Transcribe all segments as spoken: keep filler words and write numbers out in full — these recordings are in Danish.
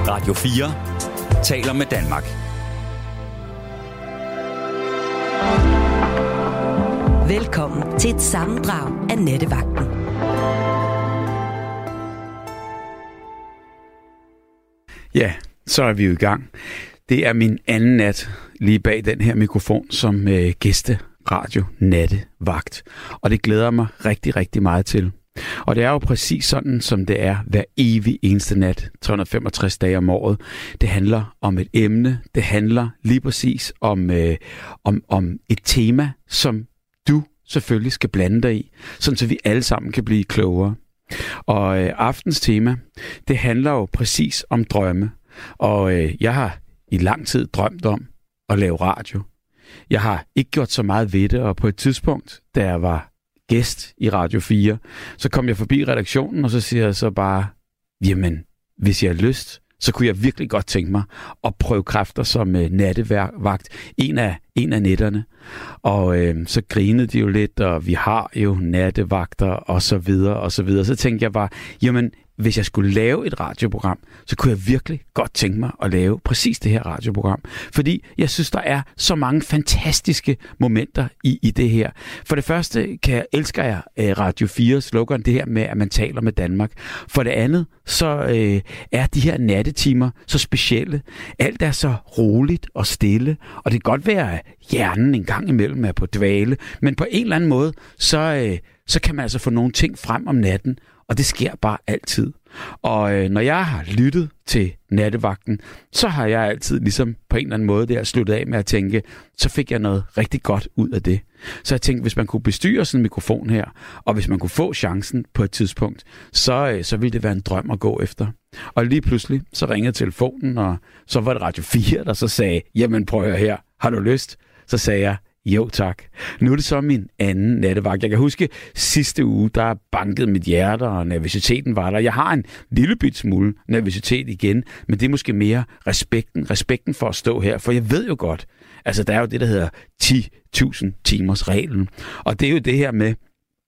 Radio fire taler med Danmark. Velkommen til et sammendrag af Nattevagten. Ja, så er vi jo i gang. Det er min anden nat lige bag den her mikrofon som øh, gæsteradio Nattevagt. Og det glæder mig rigtig, rigtig meget til. Og det er jo præcis sådan, som det er hver evig eneste nat, tre hundrede og femogtres dage om året. Det handler om et emne, det handler lige præcis om, øh, om, om et tema, som du selvfølgelig skal blande dig i, sådan så vi alle sammen kan blive klogere. Og øh, aftens tema, det handler jo præcis om drømme. Og øh, jeg har i lang tid drømt om at lave radio. Jeg har ikke gjort så meget ved det, og på et tidspunkt, da jeg var gæst i Radio fire, så kom jeg forbi redaktionen, og så siger jeg så bare, jamen, hvis jeg har lyst, så kunne jeg virkelig godt tænke mig at prøve kræfter som øh, nattevagt en af, en af nætterne. Og øh, så grinede de jo lidt, og vi har jo nattevagter, og så videre, og så videre. Så tænkte jeg bare, jamen, hvis jeg skulle lave et radioprogram, så kunne jeg virkelig godt tænke mig at lave præcis det her radioprogram. Fordi jeg synes, der er så mange fantastiske momenter i, i det her. For det første kan jeg, elsker jeg eh, Radio fire slogan, det her med, at man taler med Danmark. For det andet, så øh, er de her nattetimer så specielle. Alt er så roligt og stille, og det kan godt være, at hjernen en gang imellem er på dvale, men på en eller anden måde, så, øh, så kan man altså få nogle ting frem om natten, og det sker bare altid. Og øh, når jeg har lyttet til Nattevagten, så har jeg altid ligesom på en eller anden måde der sluttet af med at tænke, så fik jeg noget rigtig godt ud af det. Så jeg tænkte, hvis man kunne bestyre sådan en mikrofon her, og hvis man kunne få chancen på et tidspunkt, så, øh, så ville det være en drøm at gå efter. Og lige pludselig, så ringede telefonen, og så var det Radio fire, der så sagde, jamen prøv at høre her, har du lyst? Så sagde jeg, jo tak. Nu er det så min anden nattevagt. Jeg kan huske sidste uge, der bankede mit hjerte, og nervøsiteten var der. Jeg har en lille bit smule nervøsitet igen, men det er måske mere respekten. Respekten for at stå her, for jeg ved jo godt, altså der er jo det, der hedder ti tusind timers reglen. Og det er jo det her med,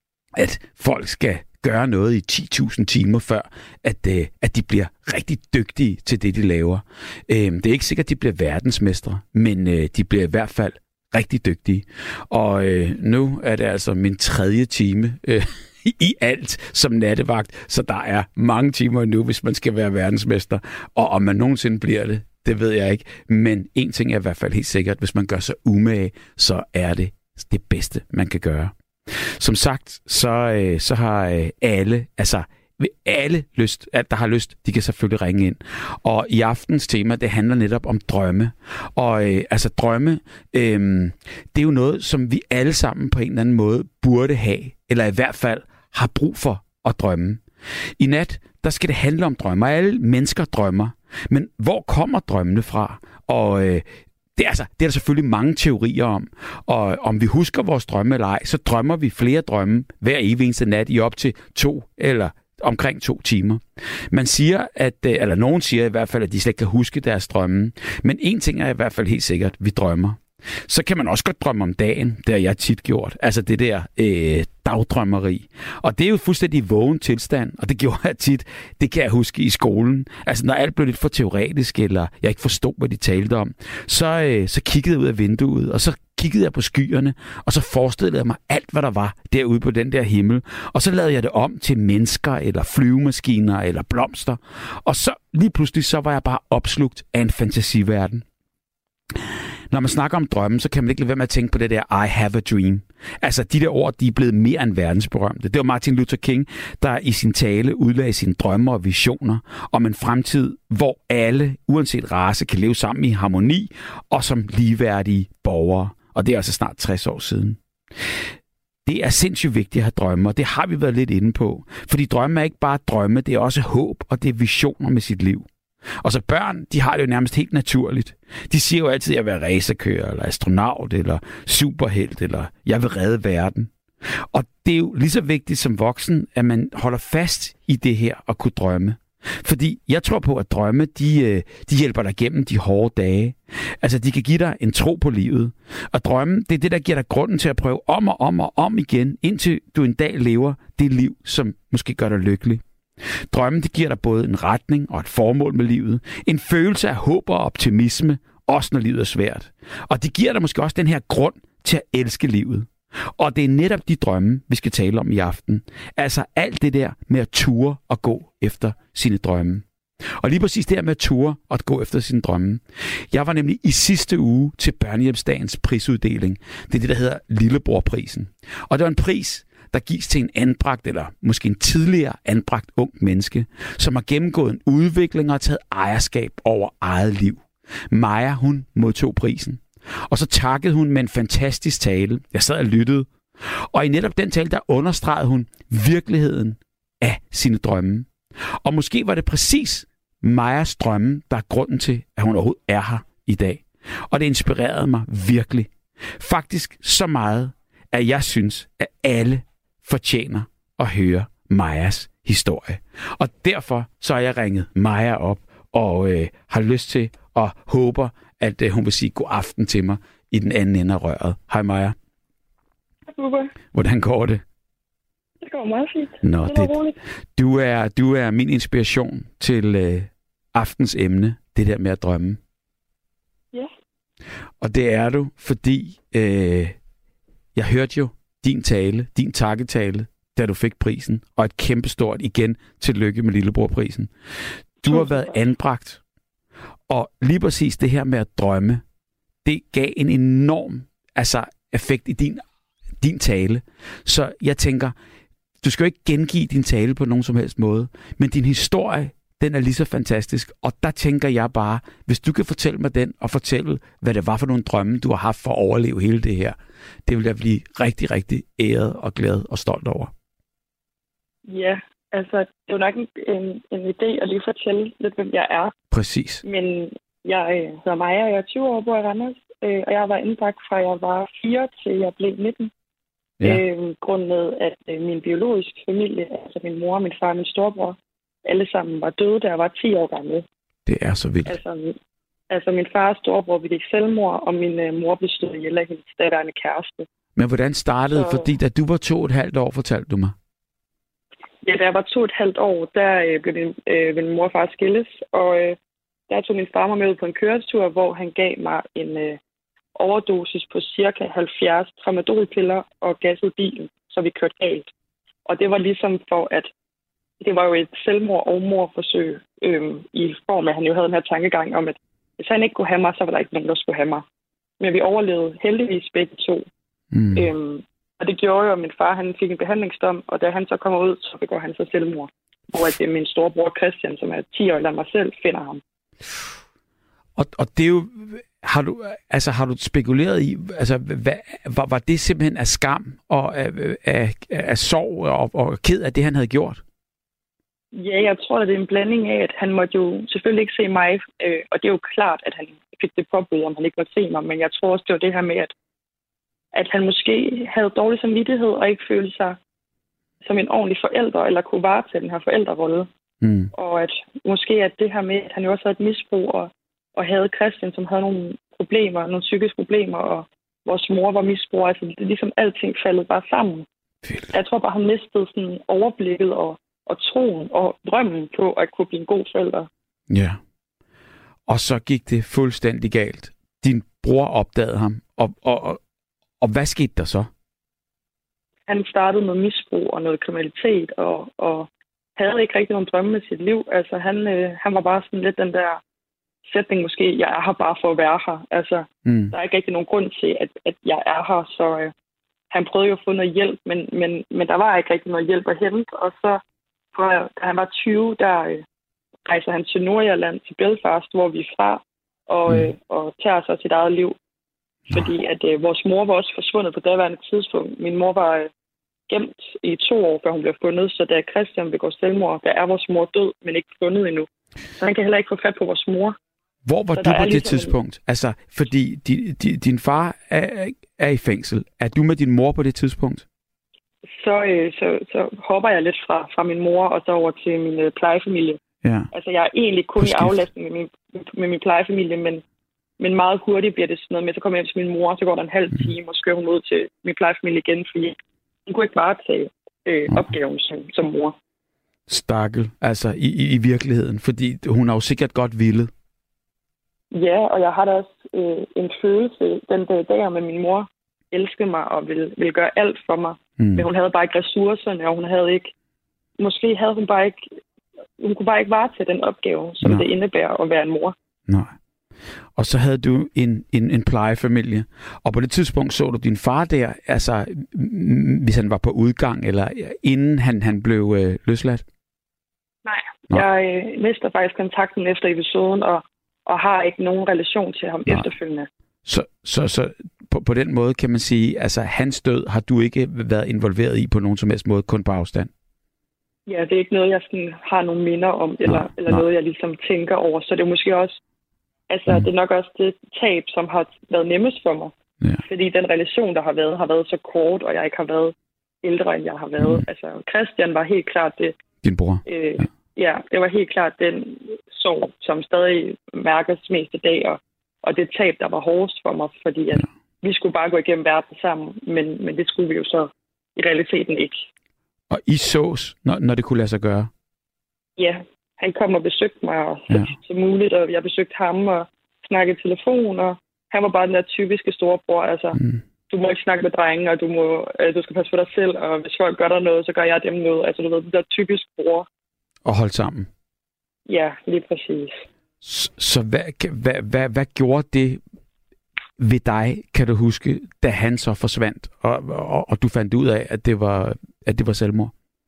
at folk skal gøre noget i ti tusind timer, før at, øh, at de bliver rigtig dygtige til det, de laver. Øh, det er ikke sikkert, at de bliver verdensmestre, men øh, de bliver i hvert fald rigtig dygtige. Og øh, nu er det altså min tredje time øh, i alt som nattevagt, så der er mange timer nu, hvis man skal være verdensmester. Og om man nogensinde bliver det, det ved jeg ikke. Men en ting er i hvert fald helt sikkert, hvis man gør sig umage, så er det det bedste, man kan gøre. Som sagt, så, øh, så har øh, alle, altså alle lyst, at der har lyst, de kan selvfølgelig ringe ind. Og i aftens tema, det handler netop om drømme. Og øh, altså drømme, øh, det er jo noget, som vi alle sammen på en eller anden måde burde have, eller i hvert fald har brug for at drømme. I nat, der skal det handle om drømme, og alle mennesker drømmer. Men hvor kommer drømmene fra? Og øh, Det er, altså, det er der selvfølgelig mange teorier om. Og om vi husker vores drømme eller ej, så drømmer vi flere drømme hver evig eneste nat i op til to eller omkring to timer. Man siger, at, eller nogen siger i hvert fald, at de slet ikke kan huske deres drømme. Men en ting er i hvert fald helt sikkert, vi drømmer. Så kan man også godt drømme om dagen, det har jeg tit gjort. Altså det der øh, dagdrømmeri. Og det er jo fuldstændig vågen tilstand, og det gjorde jeg tit. Det kan jeg huske i skolen. Altså når alt blev lidt for teoretisk, eller jeg ikke forstod, hvad de talte om, så, øh, så kiggede jeg ud af vinduet, og så kiggede jeg på skyerne, og så forestillede jeg mig alt, hvad der var derude på den der himmel. Og så lavede jeg det om til mennesker, eller flyvemaskiner, eller blomster. Og så lige pludselig, så var jeg bare opslugt af en fantasiverden. Når man snakker om drømme, så kan man ikke lade være med at tænke på det der I have a dream. Altså de der ord, de er blevet mere end verdensberømte. Det var Martin Luther King, der i sin tale udlagde sine drømme og visioner om en fremtid, hvor alle, uanset race, kan leve sammen i harmoni og som ligeværdige borgere. Og det er altså snart tres år siden. Det er sindssygt vigtigt at have drømme, og det har vi været lidt inde på. Fordi drømme er ikke bare drømme, det er også håb, og det er visioner med sit liv. Og så børn, de har det jo nærmest helt naturligt. De siger jo altid, at jeg vil være racerkører, eller astronaut, eller superhelt, eller jeg vil redde verden. Og det er jo lige så vigtigt som voksen, at man holder fast i det her og kunne drømme. Fordi jeg tror på, at drømme, de, de hjælper dig gennem de hårde dage. Altså, de kan give dig en tro på livet. Og drømme, det er det, der giver dig grunden til at prøve om og om og om igen, indtil du en dag lever det liv, som måske gør dig lykkelig. Drømme, det giver dig både en retning og et formål med livet. En følelse af håb og optimisme, også når livet er svært. Og det giver dig måske også den her grund til at elske livet. Og det er netop de drømme, vi skal tale om i aften. Altså alt det der med at ture og gå efter sine drømme. Og lige præcis det her med at ture og at gå efter sine drømme. Jeg var nemlig i sidste uge til Børnehjemsdagens prisuddeling. Det er det, der hedder Lillebrorprisen. Og det var en pris, der gives til en anbragt, eller måske en tidligere anbragt ung menneske, som har gennemgået en udvikling og taget ejerskab over eget liv. Maja, hun modtog prisen. Og så takkede hun med en fantastisk tale. Jeg sad og lyttede. Og i netop den tale, der understregede hun virkeligheden af sine drømme. Og måske var det præcis Majas drømme, der er grunden til, at hun overhovedet er her i dag. Og det inspirerede mig virkelig. Faktisk så meget, at jeg synes, at alle fortjener at høre Majas historie. Og derfor så har jeg ringet Maja op og øh, har lyst til og håber, at øh, hun vil sige god aften til mig i den anden ende af røret. Hej Maja. Super. Hvordan går det? Det går meget fint. Nå, det var det, du, er, du er min inspiration til øh, aftens emne, det der med at drømme. Ja. Og det er du, fordi øh, jeg hørte jo din tale, din takketale, da du fik prisen, og et kæmpestort igen tillykke med Lillebrorprisen. Du har været anbragt, og lige præcis det her med at drømme, det gav en enorm altså, effekt i din, din tale. Så jeg tænker, du skal jo ikke gengive din tale på nogen som helst måde, men din historie, den er lige så fantastisk. Og der tænker jeg bare, hvis du kan fortælle mig den, og fortælle, hvad det var for nogle drømme, du har haft for at overleve hele det her, det vil jeg blive rigtig, rigtig æret og glad og stolt over. Ja, altså, det er jo nok en, en, en idé at lige fortælle lidt, hvem jeg er. Præcis. Men jeg øh, hedder Maja, jeg er tyve år, bor i Randers, øh, og jeg var indbragt fra jeg var fire til jeg blev nitten. Ja. Øh, grundet, at øh, min biologiske familie, altså min mor, min far og min storebror, alle sammen var døde, da jeg var ti år gammel. Det er så vildt. Altså, altså min far og storebror begik selvmord, og min øh, mor blev slået ihjel af hendes datterende kæreste. Men hvordan startede det? Så... Fordi da du var to og et halvt år, fortalte du mig. Ja, da jeg var to og et halvt år, der øh, blev min, øh, min mor og far skilles, og øh, der tog min far mig med ud på en køretur, hvor han gav mig en øh, overdosis på cirka halvfjerds tramadolpiller og gassede bilen, så vi kørte galt. Og det var ligesom for, at det var jo et selvmord- og mordforsøg øh, i form af, at han jo havde den her tankegang om, at hvis han ikke kunne have mig, så var der ikke nogen, der skulle have mig. Men vi overlevede heldigvis begge to. Mm. Øhm, og det gjorde jo, at min far han fik en behandlingsdom, og da han så kommer ud, så begår han så selvmord. Hvor at det er min storebror Christian, som er ti år eller mig selv, finder ham. Og, og det er jo... Har du, altså, har du spekuleret i, altså, hvad, var, var det simpelthen af skam og af, af, af sorg og, og ked af det, han havde gjort? Ja, jeg tror, at det er en blanding af, at han måtte jo selvfølgelig ikke se mig, øh, og det er jo klart, at han fik det påbud, om han ikke måtte se mig, men jeg tror også, det var det her med, at, at han måske havde dårlig samvittighed og ikke følte sig som en ordentlig forælder, eller kunne varetage den her forældrerolle. Mm. Og at måske at det her med, at han jo også havde et misbrug, og, og havde Christian, som havde nogle problemer, nogle psykiske problemer, og vores mor var misbruger, altså det er ligesom alting faldet bare sammen. Vildt. Jeg tror bare, han mistede sådan overblikket og og troen og drømmen på at kunne blive en god forælder. Ja. Og så gik det fuldstændig galt. Din bror opdagede ham. Og, og, og, og hvad skete der så? Han startede med misbrug og noget kriminalitet, og, og havde ikke rigtig nogen drømme med sit liv. Altså, han, øh, han var bare sådan lidt den der sætning, måske, jeg er her bare for at være her. Altså, mm. der er ikke rigtig nogen grund til, at, at jeg er her, så øh, han prøvede jo at få noget hjælp, men, men, men der var ikke rigtig noget hjælp at hente, og så For, da han var tyve, der øh, rejser han til Nordirland, til Belfast, hvor vi er fra, og, mm. øh, og tager sig sit eget liv. Fordi at øh, vores mor var også forsvundet på daværende tidspunkt. Min mor var øh, gemt i to år, før hun blev fundet, så da Christian begår selvmord, der er vores mor død, men ikke fundet endnu. Så han kan heller ikke få fat på vores mor. Hvor var så du på det ligesom tidspunkt? En... Altså, fordi di, di, din far er, er i fængsel. Er du med din mor på det tidspunkt? Så, øh, så, så hopper jeg lidt fra, fra min mor og så over til min øh, plejefamilie. Ja. Altså, jeg er egentlig kun i aflastning med min, med min plejefamilie, men, men meget hurtigt bliver det sådan noget med, så kommer jeg hjem til min mor, så går der en halv time, og skører hun ud til min plejefamilie igen, fordi hun kunne ikke bare tage øh, opgaven som, som mor. Stakkel, altså i, i, i virkeligheden, fordi hun har jo sikkert godt villet. Ja, og jeg har da også øh, en følelse den dag, der med min mor elskede mig og ville, ville gøre alt for mig. Mm. Men hun havde bare ikke ressourcerne, og hun havde ikke, måske havde hun bare ikke, hun kunne bare ikke varetage den opgave, som Nej. det indebærer at være en mor. Nej. Og så havde du en, en, en plejefamilie, og på det tidspunkt så du din far der, altså hvis han var på udgang, eller inden han, han blev øh, løsladt? Nej, Nej. jeg øh, mister faktisk kontakten efter episoden, og, og har ikke nogen relation til ham Nej. efterfølgende. Så, så, så på, på den måde kan man sige, altså hans død har du ikke været involveret i på nogen som helst måde, kun på afstand? Ja, det er ikke noget, jeg sådan har nogle minder om, eller, nej, eller nej. noget, jeg ligesom tænker over. Så det er måske også, altså mm. det er nok også det tab, som har været nemmest for mig. Ja. Fordi den relation, der har været, har været så kort, og jeg ikke har været ældre, end jeg har været. Mm. Altså Christian var helt klart det. Din bror? Øh, ja. ja, det var helt klart den sorg, som stadig mærkes mest i dag, og, og det tab, der var hårdest for mig, fordi at ja. vi skulle bare gå igennem verden sammen, men, men det skulle vi jo så i realiteten ikke. Og I sås, når, når det kunne lade sig gøre? Ja, han kom og besøgte mig og så, ja. så muligt, og jeg besøgte ham og snakkede i telefon, og han var bare den der typiske storebror, altså mm. du må ikke snakke med drenge, og du, må, øh, du skal passe på dig selv, og hvis folk gør der noget, så gør jeg dem noget. Altså du ved, det der typisk bror. Og holde sammen? Ja, lige præcis. Så, så hvad, hvad, hvad, hvad gjorde det ved dig, kan du huske, da han så forsvandt, og, og, og du fandt ud af, at det var, at det var selvmord?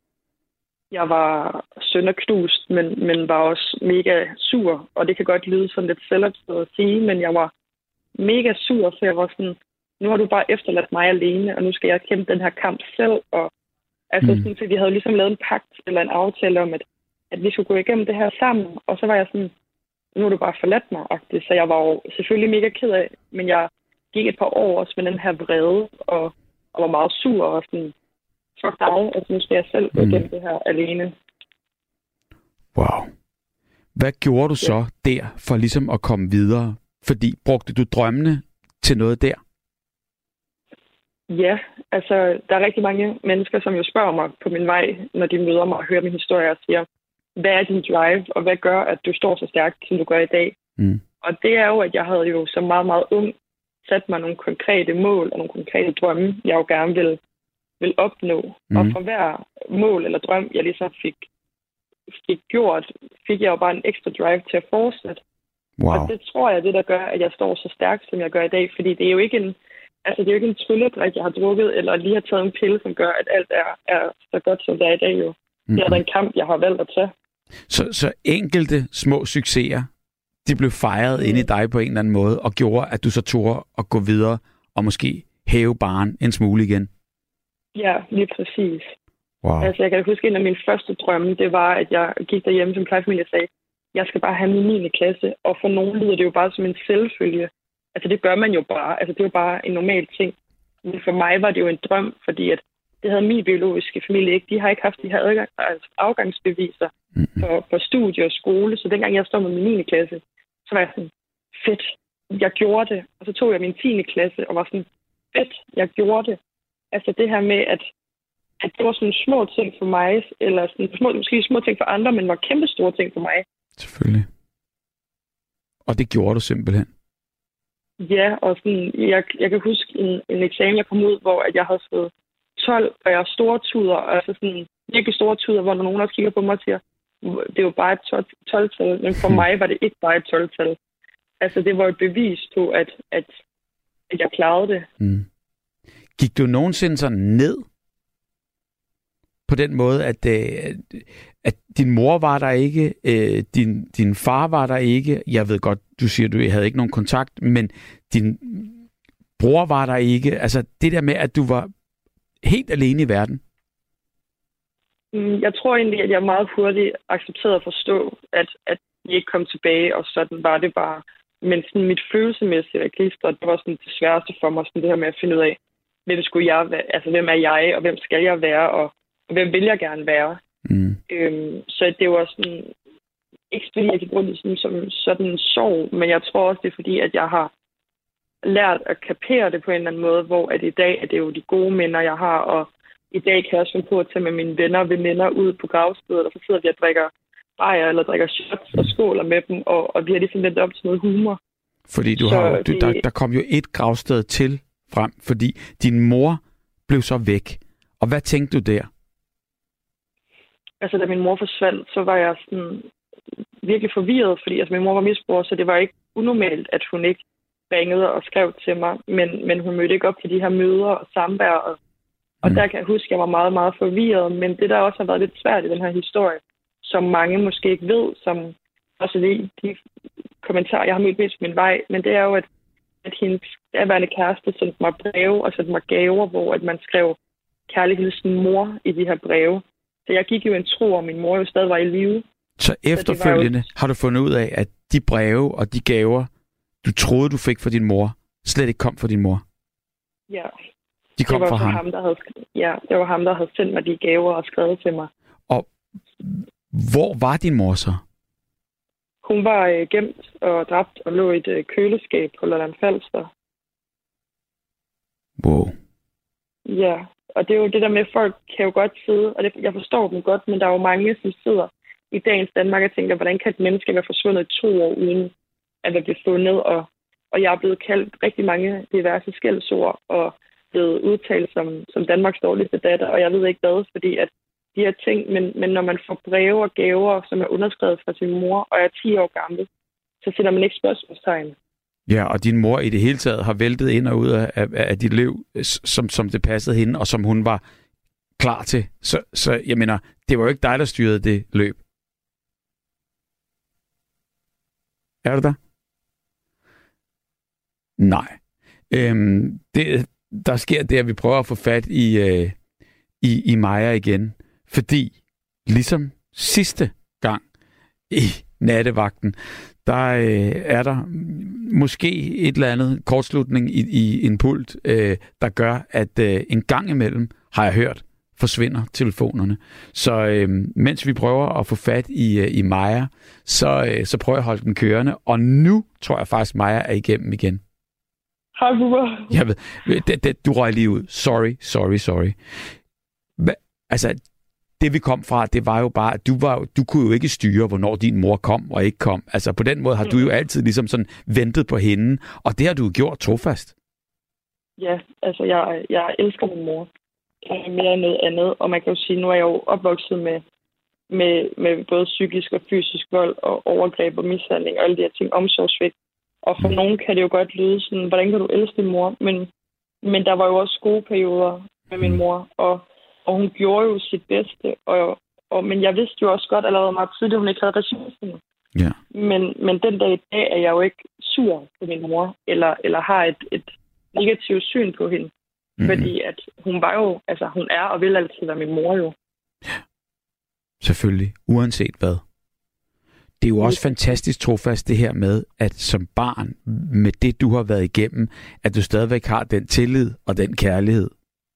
Jeg var sønderknust, men, men var også mega sur, og det kan godt lyde sådan lidt selvoptaget at sige, men jeg var mega sur, for jeg var sådan, nu har du bare efterladt mig alene, og nu skal jeg kæmpe den her kamp selv, og altså mm. sådan, så vi havde ligesom lavet en pagt eller en aftale om, at, at vi skulle gå igennem det her sammen, og så var jeg sådan, nu har du bare forladt mig, så jeg var jo selvfølgelig mega ked af, men jeg gik et par år også med den her vrede, og, og var meget sur, og sådan, for dig, at nu skal jeg selv gå igennem mm. det her alene. Wow. Hvad gjorde du så ja. der, for ligesom at komme videre? Fordi brugte du drømmene til noget der? Ja, altså der er rigtig mange mennesker, som jo spørger mig på min vej, når de møder mig og hører min historie og siger, hvad er din drive, og hvad gør, at du står så stærkt, som du gør i dag? Mm. Og det er jo, at jeg havde jo så meget, meget ung sat mig nogle konkrete mål og nogle konkrete drømme, jeg jo gerne vil, vil opnå. Mm. Og for hver mål eller drøm, jeg ligesom fik, fik gjort, fik jeg jo bare en ekstra drive til at fortsætte. Wow. Og det tror jeg, det der gør, at jeg står så stærkt, som jeg gør i dag. Fordi det er jo ikke en, altså det er jo ikke en trylledrik, jeg har drukket, eller lige har taget en pille, som gør, at alt er, er så godt, som det er i dag jo. Mm. Det er den kamp, jeg har valgt at tage. Så, så enkelte små succeser, de blev fejret mm. inde i dig på en eller anden måde, og gjorde, at du så turde at gå videre, og måske hæve barren en smule igen? Ja, lige præcis. Wow. Altså jeg kan huske, en af mine første drømme, det var, at jeg gik derhjemme som plejefamilie og sagde, jeg skal bare have min niende klasse, og for nogen lyder det jo bare som en selvfølge. Altså det gør man jo bare, altså det er jo bare en normal ting. Men for mig var det jo en drøm, fordi at det havde min biologiske familie ikke. De har ikke haft de her adgang, altså afgangsbeviser mm-hmm. for, for studie og skole, så dengang jeg stod med min niende klasse, så var jeg sådan, fedt, jeg gjorde det. Og så tog jeg min tiende klasse og var sådan, fedt, jeg gjorde det. Altså det her med, at, at det var sådan små ting for mig, eller sådan små, måske små ting for andre, men var kæmpe store ting for mig. Selvfølgelig. Og det gjorde du simpelthen? Ja, og sådan, jeg, jeg kan huske en, en eksamen, jeg kom ud, hvor at jeg havde fået tolv, og jeg har store tuder, altså sådan virkelig store tuder, hvor nogen også kigger på mig og siger, det er jo bare et tolv-tal, men for mig var det ikke bare et tolv-tal. Altså det var et bevis på, at, at, at jeg klarede det. Mm. Gik du nogensinde sådan ned på den måde, at, at, at din mor var der ikke, øh, din, din far var der ikke, jeg ved godt, du siger, du havde ikke nogen kontakt, men din bror var der ikke, altså det der med, at du var helt alene i verden? Jeg tror egentlig, at jeg meget hurtigt accepterede at forstå, at, at jeg ikke kom tilbage, og sådan var det bare. Men sådan mit følelsesmæssige register, det var sådan det sværeste for mig, sådan det her med at finde ud af, hvem skulle jeg være, altså hvem er jeg, og hvem skal jeg være, og, og hvem vil jeg gerne være. Mm. Øhm, så det var sådan, ikke fordi jeg kan bruge det sådan, som sådan en sorg, men jeg tror også, det er fordi, at jeg har lært at kapere det på en eller anden måde, hvor at i dag er det jo de gode minder, jeg har, og i dag kan jeg også finde på at tage med mine venner og veninder ud på gravstedet, og så sidder vi og drikker bajer eller drikker shots og skåler med dem, og, og vi har ligesom vendt op til noget humor. Fordi du så har, du, det... der, der kom jo et gravsted til frem, fordi din mor blev så væk. Og hvad tænkte du der? Altså, da min mor forsvandt, så var jeg sådan virkelig forvirret, fordi altså, min mor var misbruger, så det var ikke unormalt, at hun ikke ringede og skrev til mig, men, men hun mødte ikke op til de her møder og samvær, og, og mm. der kan jeg huske, at jeg var meget, meget forvirret, men det, der også har været lidt svært i den her historie, som mange måske ikke ved, som også de, de kommentarer, jeg har mødt mest på min vej, men det er jo, at, at hendes daværende kæreste sendte mig breve og sendte mig gaver, hvor at man skrev kærlig hilsen mor i de her breve. Så jeg gik jo en tro, og min mor jo stadig var i live. Så efterfølgende så jo... har du fundet ud af, at de breve og de gaver, du troede, du fik fra din mor, slet ikke kom fra din mor? Ja. De kom det var fra ham? ham der havde, ja, det var ham, der havde sendt mig de gaver og skrevet til mig. Og hvor var din mor så? Hun var øh, gemt og dræbt og lå i et øh, køleskab på Lolland Falster. Wow. Ja, og det er jo det der med, at folk kan jo godt sidde, og det, jeg forstår dem godt, men der er jo mange, som sidder i dagens Danmark og tænker, hvordan kan et menneske være forsvundet i to år, uden at være blevet fundet, og, og jeg er blevet kaldt rigtig mange diverse skældsord, og blevet udtalt som, som Danmarks dårligste datter, og jeg ved ikke hvad, fordi at de her ting, men, men når man får breve og gaver, som er underskrevet fra sin mor, og er ti år gammel, så sætter man ikke spørgsmålstegn. Ja, og din mor i det hele taget har væltet ind og ud af, af, af dit liv, som, som det passede hende, og som hun var klar til. Så, så jeg mener, det var jo ikke dig, der styrede det løb. Er du der? Nej. Øhm, det, der sker det, at vi prøver at få fat i, øh, i, i Maja igen. Fordi, ligesom sidste gang i nattevagten, der øh, er der måske et eller andet kortslutning i, i en pult, øh, der gør, at øh, en gang imellem, har jeg hørt, forsvinder telefonerne. Så øh, mens vi prøver at få fat i, øh, i Maja, så, øh, så prøver jeg at holde den kørende, og nu tror jeg faktisk, Maja er igennem igen. Hej, Bubber. Jeg ved, det, det, du røg lige ud. Sorry, sorry, sorry. Hva, altså, det vi kom fra, det var jo bare, at du, var, du kunne jo ikke styre, hvornår din mor kom og ikke kom. Altså, på den måde har du jo altid ligesom sådan ventet på hende, og det har du gjort trofast. Ja, altså, jeg, jeg elsker min mor. Mere end noget andet, og man kan jo sige, nu er jeg jo opvokset med, med, med både psykisk og fysisk vold og overgreb og mishandling og alle de her ting, omsorgsvigt. Og for mm. nogen kan det jo godt lyde sådan, hvordan kan du elske din mor? Men, men der var jo også gode perioder med min mor, og, og hun gjorde jo sit bedste. Og, og, men jeg vidste jo også godt allerede meget tidligt, at hun ikke havde ressourcen. Ja. Men, men den dag i dag er jeg jo ikke sur på min mor, eller, eller har et, et negativt syn på hende. Mm-hmm. Fordi at hun var jo, altså hun er og vil altid være min mor jo. Ja, selvfølgelig. Uanset hvad. Det er jo også fantastisk trofast det her med, at som barn, med det du har været igennem, at du stadigvæk har den tillid og den kærlighed.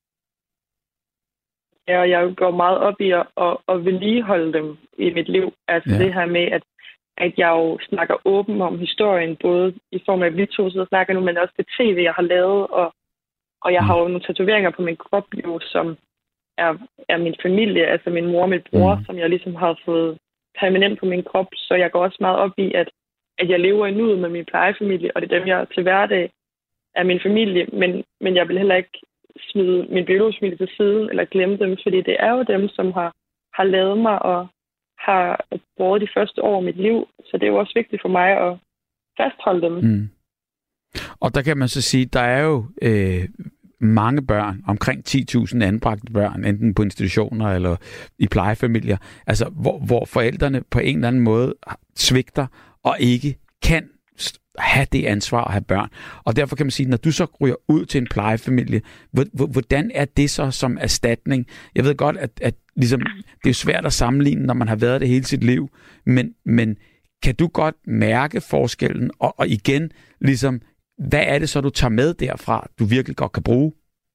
Ja, og jeg går meget op i at, at, at vedligeholde dem i mit liv. Altså ja. Det her med, at, at jeg jo snakker åben om historien, både i form af, at vi to sidder og snakker nu, men også det tv, jeg har lavet, og Og jeg har jo nogle tatoveringer på min krop, jo, som er, er min familie, altså min mor og min bror, mm. som jeg ligesom har fået permanent på min krop. Så jeg går også meget op i, at, at jeg lever i nuet med min plejefamilie, og det er dem, jeg til hverdag er min familie. Men, men jeg vil heller ikke smide min biologiske familie til siden, eller glemme dem, fordi det er jo dem, som har, har lavet mig og har båret de første år af mit liv. Så det er jo også vigtigt for mig at fastholde dem. Mm. Og der kan man så sige, der er jo øh, mange børn, omkring ti tusind anbragte børn, enten på institutioner eller i plejefamilier, altså hvor, hvor forældrene på en eller anden måde svigter og ikke kan have det ansvar at have børn. Og derfor kan man sige, når du så ryger ud til en plejefamilie, hvordan er det så som erstatning? Jeg ved godt, at, at ligesom, det er svært at sammenligne, når man har været det hele sit liv, men, men kan du godt mærke forskellen? Og, og igen, ligesom, hvad er det så, du tager med derfra, du virkelig godt kan bruge?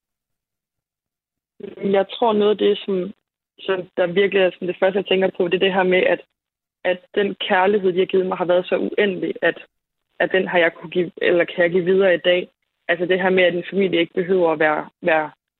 Jeg tror noget af det, som, som der virkelig er sådan det første, jeg tænker på, det er det her med, at, at den kærlighed, de har givet mig, har været så uendelig, at, at den har jeg kunne give, eller kan jeg give videre i dag. Altså det her med, at en familie ikke behøver at være, være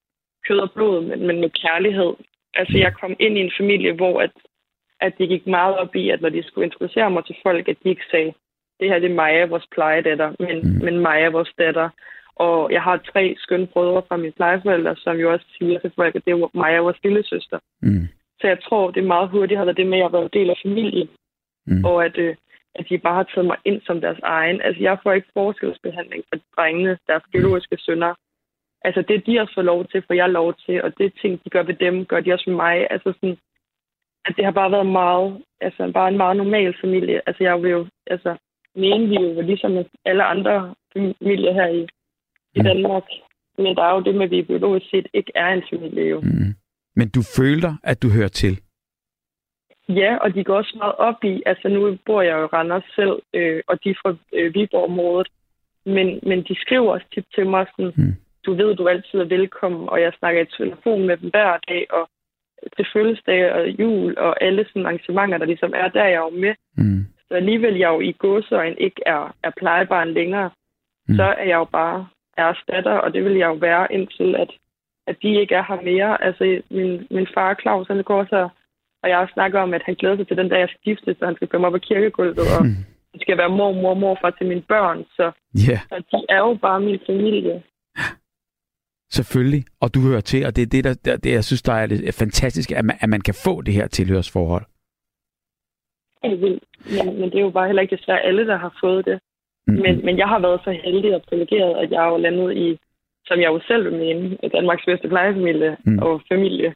kød og blod, men, men med kærlighed. Altså, jeg kom ind i en familie, hvor at, at de gik meget op i, at når de skulle introducere mig til folk, at de ikke sagde, det her det er Maja, vores plejedatter, men, mm. men Maja, vores datter. Og jeg har tre skønne brødre fra mine plejeforældre, som jo også siger til folk, at det er Maja, vores lille søster. Mm. Så jeg tror, det er meget hurtigt, at det med, at jeg har været en del af familien, mm. og at, øh, at de bare har taget mig ind som deres egen. Altså, jeg får ikke forskelsbehandling for drengene, deres biologiske sønner. Altså, det de også får lov til, får jeg lov til, og det ting, de gør ved dem, gør de også ved mig. Altså, sådan, at det har bare været meget, altså, bare en meget normal familie. Altså, jeg vil jo, altså, mene vi jo ligesom alle andre familier her i, i Danmark. Men der er jo det med, at vi biologisk set ikke er en familie, jo. Mm. Men du føler, at du hører til? Ja, og de går også meget op i, altså nu bor jeg jo i Randers selv, øh, og de er fra øh, Viborg-området, men, men de skriver også tit til mig sådan, mm. du ved, du altid er velkommen, og jeg snakker i telefon med dem hver dag, og til fødselsdag og jul, og alle sådan arrangementer, der ligesom er, der er jeg jo med. Mm. Så alligevel jeg jo i gåseøjne ikke er, er plejebarn længere, mm. så er jeg jo bare deres datter, og det vil jeg jo være indtil, at, at de ikke er her mere. Altså min, min far Claus, han går så, og jeg har snakket om, at han glæder sig til den dag, jeg skal gifte, så han skal komme op på kirkegulvet, og mm. det skal være mor, mor, morfar til mine børn, så, yeah. så de er jo bare min familie. Selvfølgelig, og du hører til, og det er det, der, der, det jeg synes, der er det fantastiske, at man, at man kan få det her tilhørsforhold. Helt vildt, men, men det er jo bare heller ikke desværre alle, der har fået det. Mm-hmm. Men, men jeg har været så heldig og privilegeret, at jeg har jo landet i, som jeg jo selv vil mene, Danmarks bedste plejefamilie mm. og familie.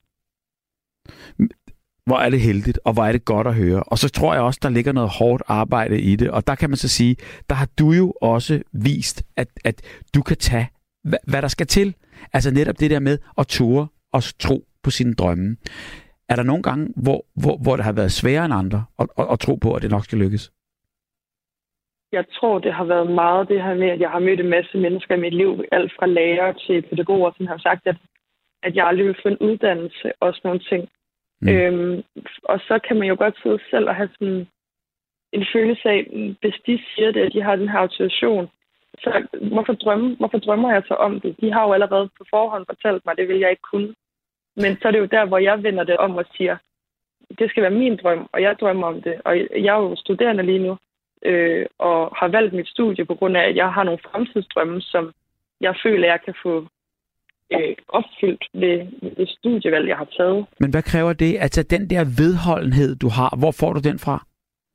Hvor er det heldigt, og hvor er det godt at høre. Og så tror jeg også, der ligger noget hårdt arbejde i det. Og der kan man så sige, der har du jo også vist, at, at du kan tage, hvad, hvad der skal til. Altså netop det der med at ture og tro på sine drømme. Er der nogle gange, hvor, hvor, hvor det har været sværere end andre at, at, at tro på, at det nok skal lykkes? Jeg tror, det har været meget det her med, at jeg har mødt en masse mennesker i mit liv, alt fra lærer til pædagoger, som har sagt, at, at jeg aldrig vil få en uddannelse og sådan nogle ting. Mm. Øhm, og så kan man jo godt sidde selv og have sådan en følelse af, hvis de siger det, at de har den her autorisation, så hvorfor, drømme, hvorfor drømmer jeg så om det? De har jo allerede på forhånd fortalt mig, det vil jeg ikke kunne. Men så er det jo der, hvor jeg vender det om og siger, det skal være min drøm, og jeg drømmer om det. Og jeg er jo studerende lige nu, øh, og har valgt mit studie på grund af, at jeg har nogle fremtidsdrømme, som jeg føler, jeg kan få øh, opfyldt ved, ved det studievalg, jeg har taget. Men hvad kræver det? Altså den der vedholdenhed, du har, hvor får du den fra?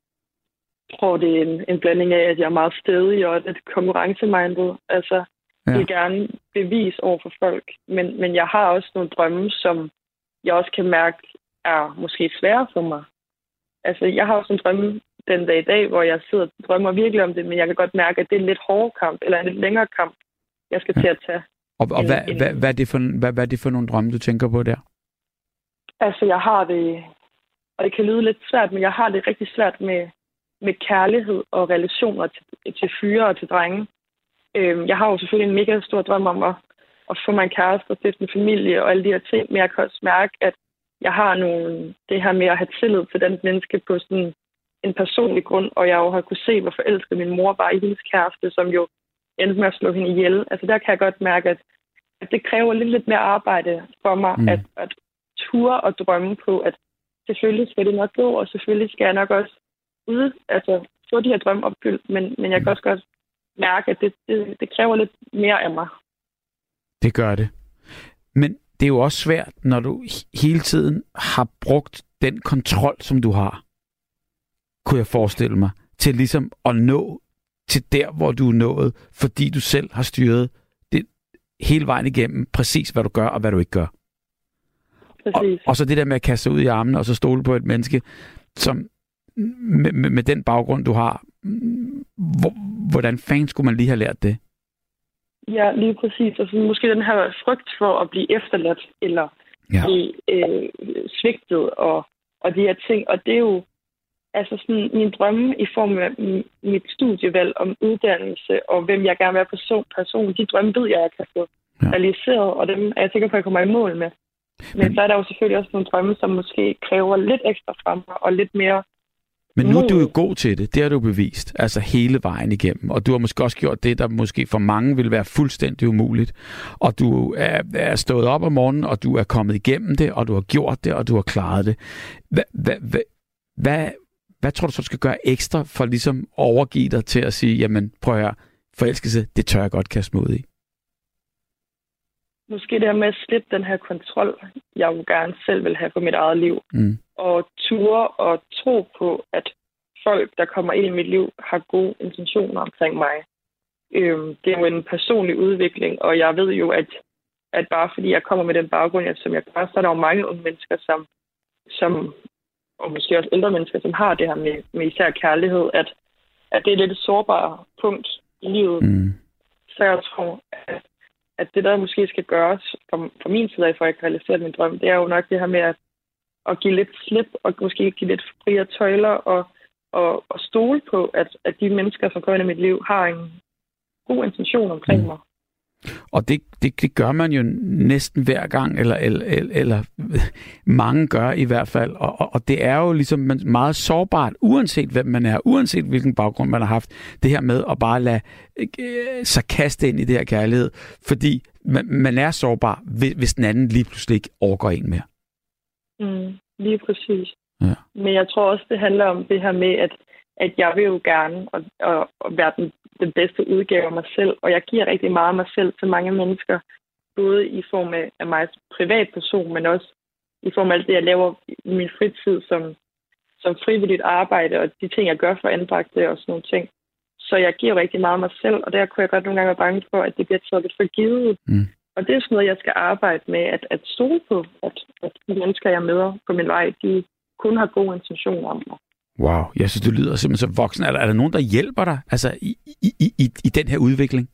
Jeg tror, det er en, en blanding af, at jeg er meget stædig og et konkurrencemindet. Altså, ja. Jeg vil gerne bevise over for folk, men, men jeg har også nogle drømme, som jeg også kan mærke er måske svære for mig. Altså, jeg har også en drømme den dag i dag, hvor jeg sidder og drømmer virkelig om det, men jeg kan godt mærke, at det er en lidt hårdere kamp, eller en lidt længere kamp, jeg skal ja. til at tage. Og, og en, hvad, en... Hvad, hvad, er det for, hvad, hvad er det for nogle drømme, du tænker på der? Altså, jeg har det, og det kan lyde lidt svært, men jeg har det rigtig svært med, med kærlighed og relationer til, til fyre og til drenge. Øhm, jeg har jo selvfølgelig en mega stor drøm om at, at få mig en kæreste og stifte en familie og alle de her ting, men jeg kan også mærke, at jeg har nogle, det her med at have tillid til den menneske på sådan en personlig grund, og jeg jo har kunne se, hvor forelsket min mor var i hendes kæreste, som jo endte med at slå hende ihjel. Altså der kan jeg godt mærke, at, at det kræver lidt, lidt mere arbejde for mig, mm. at, at ture og drømme på, at selvfølgelig skal det nok gå, og selvfølgelig skal jeg nok også ud, altså få de her drømme opfyldt, men, men jeg kan også godt mærke, at det, det, det kræver lidt mere af mig. Det gør det. Men det er jo også svært, når du hele tiden har brugt den kontrol, som du har, kunne jeg forestille mig, til ligesom at nå til der, hvor du er nået, fordi du selv har styret det hele vejen igennem, præcis hvad du gør og hvad du ikke gør. Og, og så det der med at kaste ud i armene, og så stole på et menneske, som med, med, med den baggrund, du har, hvor, hvordan fanden skulle man lige have lært det? Ja, lige præcis. Altså, måske den her frygt for at blive efterladt, eller ja. blive øh, svigtet, og, og de her ting. Og det er jo altså sådan min drømme i form af mit studievalg om uddannelse, og hvem jeg gerne vil være person, person. De drømme ved jeg, jeg kan få ja. realiseret, og dem er jeg sikker på, at jeg kommer i mål med. Men, Men så er der jo selvfølgelig også nogle drømme, som måske kræver lidt ekstra fra mig, og lidt mere Men nu er du jo god til det. Det har du bevist. Altså hele vejen igennem. Og du har måske også gjort det, der måske for mange vil være fuldstændig umuligt. Og du er, er stået op om morgenen, og du er kommet igennem det, og du har gjort det, og du har klaret det. Hvad, hvad, hvad, hvad, hvad tror du så, du skal gøre ekstra for ligesom at overgive dig til at sige, jamen prøv at høre, forelskelse, det tør jeg godt kaste mig ud i? Måske det her med at slippe den her kontrol, jeg jo gerne selv vil have på mit eget liv. Mm. Og ture og tro på, at folk, der kommer ind i mit liv, har gode intentioner omkring mig. Øhm, det er jo en personlig udvikling, og jeg ved jo, at, at bare fordi jeg kommer med den baggrund, som jeg gør, så er der jo mange unge mennesker, som, som og måske også ældre mennesker, som har det her med, med især kærlighed, at, at det er lidt et sårbart punkt i livet. Mm. Så jeg tror, at, at det, der måske skal gøres fra, fra min side, for at jeg kan realisere min drøm, det er jo nok det her med at, at give lidt slip, og måske give lidt friere tøjler, og, og, og stole på, at, at de mennesker, som kommer ind i mit liv, har en god intention omkring mm. mig. Og det, det, det gør man jo næsten hver gang, eller, eller, eller, eller mange gør i hvert fald. Og, og, og det er jo ligesom meget sårbart, uanset hvem man er, uanset hvilken baggrund man har haft, det her med at bare lade øh, sig kaste ind i det her kærlighed. Fordi man, man er sårbar, hvis, hvis den anden lige pludselig ikke overgår en mere. Mm, lige præcis. Ja. Men jeg tror også, det handler om det her med, at, at jeg vil jo gerne og, og, og være den den bedste udgave af mig selv, og jeg giver rigtig meget af mig selv til mange mennesker, både i form af, af mig som privatperson, men også i form af alt det, jeg laver i min fritid som, som frivilligt arbejde, og de ting, jeg gør for anbragte og sådan nogle ting. Så jeg giver rigtig meget af mig selv, og der kunne jeg godt nogle gange være bange for, at det bliver taget lidt for givet. Mm. Og det er sådan noget, jeg skal arbejde med, at, at stole på, at, at de mennesker, jeg møder på min vej, de kun har gode intentioner om mig. Wow, jeg synes, du lyder simpelthen så voksen. Er der, er der nogen, der hjælper dig altså, i, i, i, i den her udvikling?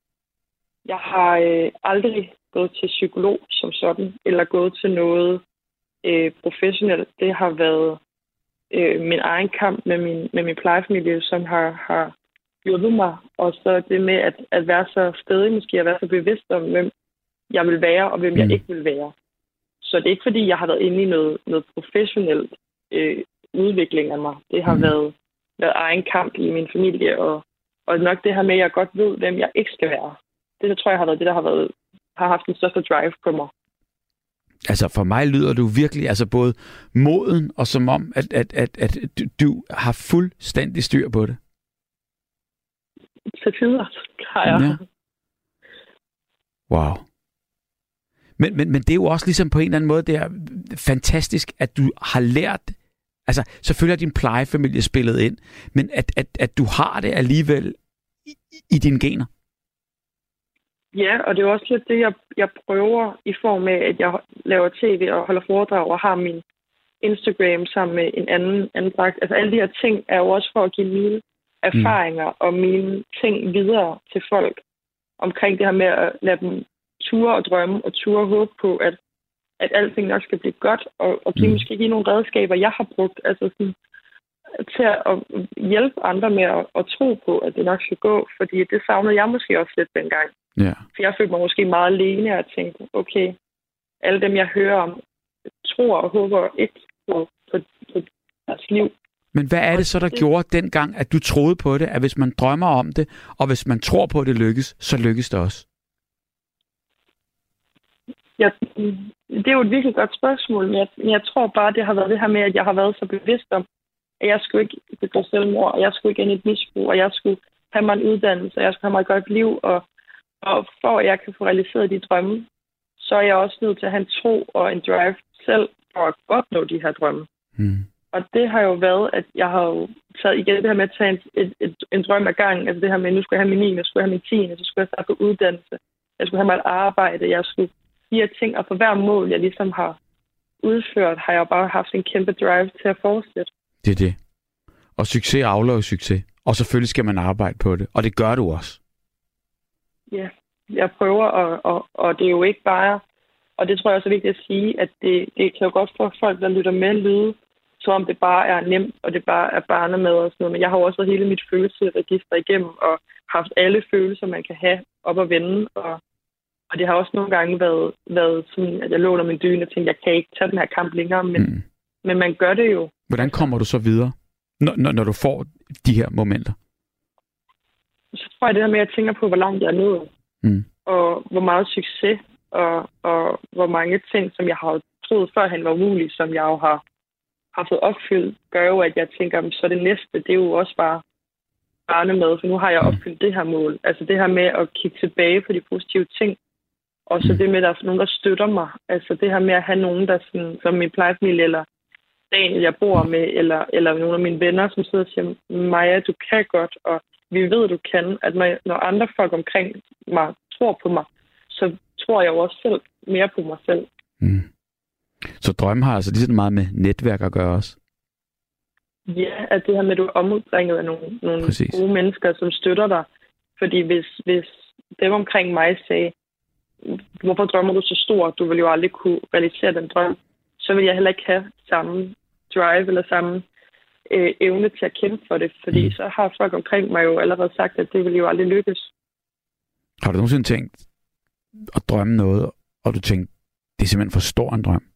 Jeg har øh, aldrig gået til psykolog som sådan, eller gået til noget øh, professionelt. Det har været øh, min egen kamp med min, med min plejefamilie, som har, har hjulpet mig. Og så det med at, at være så stedig, måske at være så bevidst om, hvem jeg vil være, og hvem mm. jeg ikke vil være. Så det er ikke, fordi jeg har været inde i noget, noget professionelt øh, udvikling af mig. Det har mm. været, været egen kamp i min familie, og, og nok det her med, at jeg godt ved, hvem jeg ikke skal være. Det, der tror jeg har været det, der har, været, har haft den største drive på mig. Altså for mig lyder du virkelig altså både moden, og som om, at, at, at, at du har fuldstændig styr på det. Til tider har jeg. Ja. Wow. Men, men, men det er jo også ligesom på en eller anden måde, det er fantastisk, at du har lært. Altså, selvfølgelig har din plejefamilie spillet ind, men at, at, at du har det alligevel i, i dine gener. Ja, og det er også lidt det, jeg, jeg prøver i form af, at jeg laver tv og holder foredrag og har min Instagram sammen med en anden anbragt. Altså, alle de her ting er jo også for at give mine erfaringer mm. og mine ting videre til folk omkring det her med at lade dem ture og drømme og ture og håbe på, at at alting nok skal blive godt, og, og give, mm. måske give nogle redskaber, jeg har brugt altså sådan, til at hjælpe andre med at, at tro på, at det nok skal gå, fordi det savnede jeg måske også lidt dengang. Yeah. For jeg følte mig måske meget alene og tænkte, okay, alle dem, jeg hører om, tror og håber ikke på, på, på deres liv. Men hvad er det så, der det... gjorde dengang, at du troede på det, at hvis man drømmer om det, og hvis man tror på, at det lykkes, så lykkes det også? Ja, det er jo et virkelig godt spørgsmål, men jeg, men jeg tror bare, det har været det her med, at jeg har været så bevidst om, at jeg skulle ikke begå selvmord, og jeg skulle ikke ind i et misbrug, og jeg skulle have mig en uddannelse, og jeg skulle have mig et godt liv, og, og for at jeg kan få realiseret de drømme, så er jeg også nødt til at have en tro og en drive selv for at opnå de her drømme. Mm. Og det har jo været, at jeg har jo taget igen det her med at tage en, et, et, en drøm ad gangen, altså det her med, at nu skulle jeg have min niende, jeg skulle have min tiende, så skulle jeg starte på uddannelse, jeg skulle have mig et arbejde, jeg skulle de her ting, og for hver mål, jeg ligesom har udført, har jeg bare haft en kæmpe drive til at fortsætte. Det er det. Og succes afløser succes. Og selvfølgelig skal man arbejde på det. Og det gør du også. Ja, jeg prøver, og, og, og det er jo ikke bare, og det tror jeg også er vigtigt at sige, at det, det kan jo godt få folk, der lytter med, lyde, som om det bare er nemt, og det bare er barnemad og sådan noget. Men jeg har jo også hele mit følelsesregister igennem, og haft alle følelser, man kan have op at vende, og Og det har også nogle gange været, været sådan, at jeg lå under min dyne og tænkte, jeg kan ikke tage den her kamp længere, men, mm. men man gør det jo. Hvordan kommer du så videre? når, når, når du får de her momenter? Så tror jeg det her med, at jeg tænker på, hvor langt jeg er nået. Mm. Og hvor meget succes, og, og hvor mange ting, som jeg har troet førhen var umulige, som jeg jo har, har fået opfyldt, gør jo, at jeg tænker, så det næste, det er jo også bare barnemad, for nu har jeg opfyldt det her mål. Altså det her med at kigge tilbage på de positive ting, og så det med, at der er nogen, der støtter mig. Altså det her med at have nogen, der sådan, som min plejefamilie, eller Daniel, jeg bor med, eller, eller nogle af mine venner, som sidder og siger, Maja, du kan godt, og vi ved, du kan, at når, når andre folk omkring mig tror på mig, så tror jeg jo også selv mere på mig selv. Mm. Så drømme har altså lige så meget med netværk at gøre også? Ja, at det her med, at du er omringet af nogle, nogle gode mennesker, som støtter dig. Fordi hvis, hvis dem omkring mig sagde, hvorfor drømmer du så stort? Du vil jo aldrig kunne realisere den drøm. Så vil jeg heller ikke have samme drive eller samme øh, evne til at kæmpe for det. Fordi mm. så har folk omkring mig jo allerede sagt, at det vil jo aldrig lykkes. Har du nogensinde tænkt at drømme noget, og du tænkte, det er simpelthen for stor en drøm?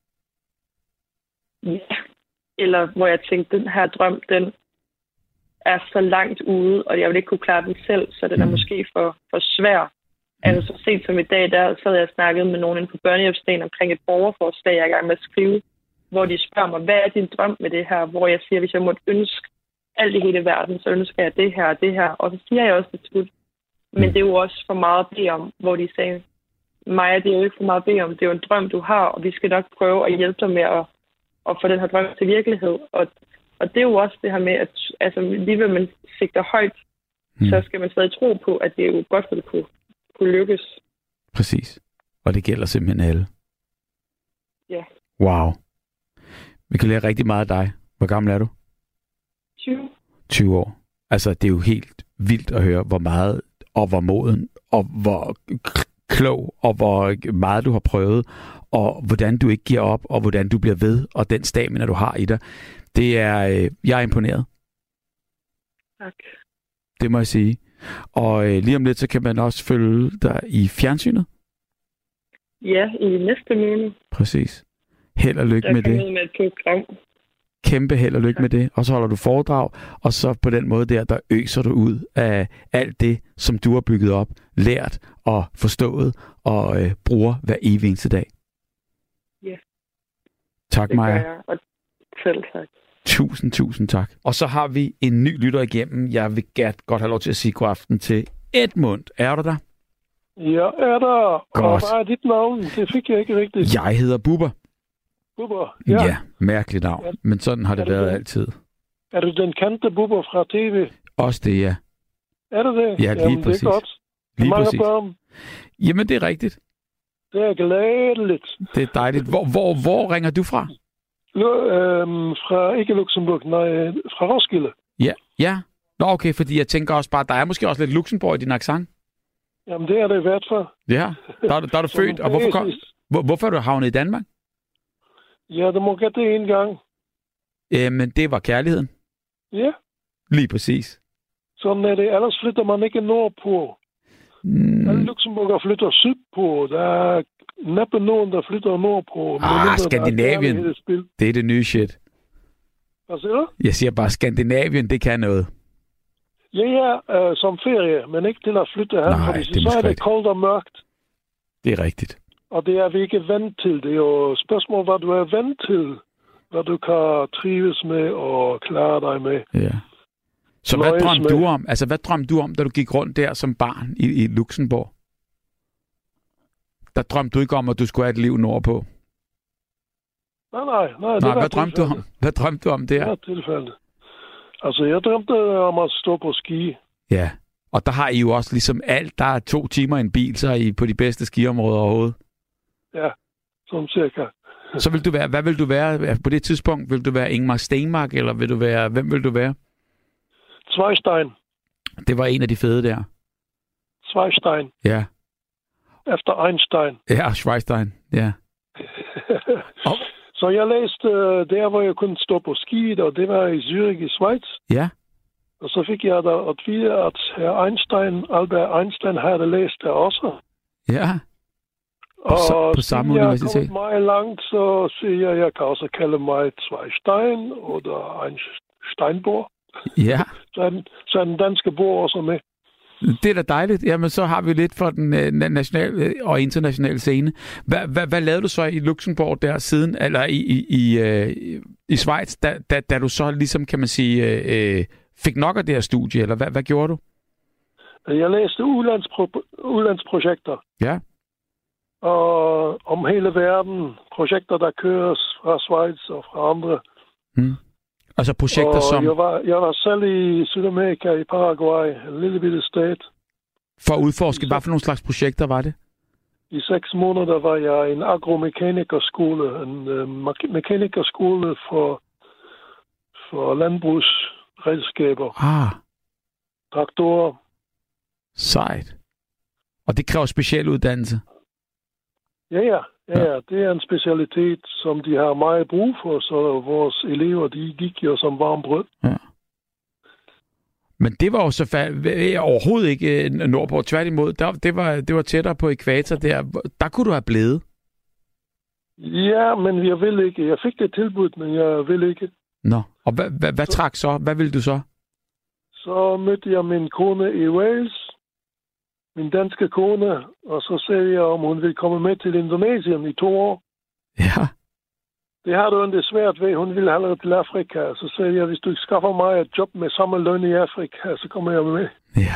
Ja. Eller hvor jeg tænkte, den her drøm, den er så langt ude, og jeg vil ikke kunne klare den selv, så den er mm. måske for, for svær. Mm. Altså så sent som i dag, der sad jeg og snakkede med nogen inde på børnehjælpsdagen omkring et borgerforslag, jeg er i gang med at skrive, hvor de spørger mig, hvad er din drøm med det her? Hvor jeg siger, hvis jeg måtte ønske alt i hele verden, så ønsker jeg det her og det her. Og så siger jeg også det slut. Men det er jo også for meget at bede om, hvor de sagde, Maja, det er jo ikke for meget at bede om, det er jo en drøm, du har, og vi skal nok prøve at hjælpe dig med at, at få den her drøm til virkelighed. Og, og det er jo også det her med, at altså, lige ved man sigter højt, mm. så skal man stadig tro på, at det er jo godt, at det kunne, kunne lykkes. Præcis. Og det gælder simpelthen alle. Ja. Wow. Vi kan lære rigtig meget af dig. Hvor gammel er du? tyve. tyve år. Altså, det er jo helt vildt at høre, hvor meget og hvor moden, og hvor klog, og hvor meget du har prøvet, og hvordan du ikke giver op, og hvordan du bliver ved, og den stamina, du har i dig. Det er, øh, jeg er imponeret. Tak. Det må jeg sige. Og øh, lige om lidt, så kan man også følge dig i fjernsynet. Ja, i næste måned. Præcis. Held og lykke der med det. Med et program. Kæmpe held og lykke ja. med det. Og så holder du foredrag, og så på den måde der, der øser du ud af alt det, som du har bygget op, lært og forstået, og øh, bruger hver evig eneste dag. Ja. Tak, det Maja. Jeg, og selv tak. Tusind, tusind tak. Og så har vi en ny lytter igennem. Jeg vil godt have lov til at sige god aften til Edmund. Er du der? Ja, er der. Godt. Og hvad er dit navn? Det fik jeg ikke rigtigt. Jeg hedder Bubber. Bubber, ja. Ja, mærkeligt navn. Ja. Men sådan har det, det været den? altid. Er du den kendte Bubber fra T V? Også det, ja. Er det det? Ja, lige Jamen, præcis. Det er godt. Lige mange præcis. børn? Jamen, det er rigtigt. Det er glædeligt. Det er dejligt. Hvor, hvor, hvor ringer du fra? L- øhm, fra, ikke Luxembourg, nej, fra Roskilde. Ja, ja. Nå, okay, fordi jeg tænker også bare, der er måske også lidt Luxembourg i din accent. Jamen, det er det i hvert fald. Ja, der, der er du født. Og hvorfor, kom, hvor, hvorfor er du havnet i Danmark? Ja, det må gætte det en gang. Jamen, det var kærligheden. Ja. Lige præcis. Sådan er det. Ellers flytter man ikke nordpå. Mm. Alle Luxemburger flytter sydpå. Der er næppe nogen, der flytter nordpå. Ah, Skandinavien. Er det er det nye shit. Hvad siger du? Jeg siger bare, Skandinavien, det kan noget. Ja, ja, øh, som ferie, men ikke til at flytte her. Nej, fordi det så er det koldt og mørkt. Det er rigtigt. Og det er vi ikke vant til. Det er jo spørgsmål, hvad du er vant til. Hvad du kan trives med og klare dig med. Ja. Så hvad drømte du om? Altså, hvad drømte du om, da du gik rundt der som barn i, i Luxembourg? Der drømte du ikke om, at du skulle have et liv nordpå? Nej, nej. nej, nej hvad drømte du om? Hvad drømte du om der? Det var tilfældet. Altså, jeg drømte om at stå på ski. Ja, og der har I jo også ligesom alt. Der er to timer i en bil, så er I på de bedste skiområder overhovedet. Ja, som cirka. Så vil du være, hvad vil du være på det tidspunkt? Vil du være Ingmar Stenmark, eller vil du være, hvem vil du være? Zweistein. Det var en af de fede der. Zweistein. Ja. Efter Einstein. Ja, Schweistein, ja. oh. Så jeg læste der, hvor jeg kunne stå på skiet, og det var i Zürich i Schweiz. Ja. Og så fik jeg da at vide, at herr Einstein, Albert Einstein, havde læst det også. Ja. På, og på samme universitet. Og jeg er kommet meget langt, så siger jeg, jeg kan også kalde mig Zweistein, eller steinbord. Ja. Så er den, så er den danske bord også med. Det er da dejligt. Jamen, så har vi lidt for den øh, nationale og internationale scene. Hvad, hvad, hvad lavede du så i Luxembourg der siden, eller i, i, i, øh, i Schweiz, da, da, da du så ligesom, kan man sige, øh, fik nok af det her studie, eller hvad, hvad gjorde du? Jeg læste udlandspro- udlandsprojekter. Ja. Og om hele verden. Projekter, der køres fra Schweiz og fra andre. Hmm. Altså projekter og som... Jeg var, jeg var selv i Sydamerika, i Paraguay, en lille bitte stat. For at udforske, hvad for nogle slags projekter var det? I seks måneder var jeg i en agromekanikerskole, en uh, mekanikerskole for, for landbrugsredskaber. Ah. Traktorer. Sejt. Og det kræver speciel uddannelse? Ja, ja. Ja, ja, det er en specialitet, som de har meget brug for, så vores elever, de gik jo som varm brød. Ja. Men det var jo så fa- overhovedet ikke nordpå. Tværtimod, der, det, var, det var tættere på ekvator der. Der kunne du have blevet. Ja, men jeg vil ikke. Jeg fik det tilbud, men jeg vil ikke. Nå, og hvad, hvad, hvad trak så? Hvad ville du så? Så mødte jeg min kone i Wales. Min danske kone, og så sagde jeg, om hun ville komme med til Indonesien i to år. Ja. Det har du ikke svært ved. Hun ville have til Afrika. Så sagde jeg, hvis du skaffer mig et job med samme løn i Afrika, så kommer jeg med. Ja.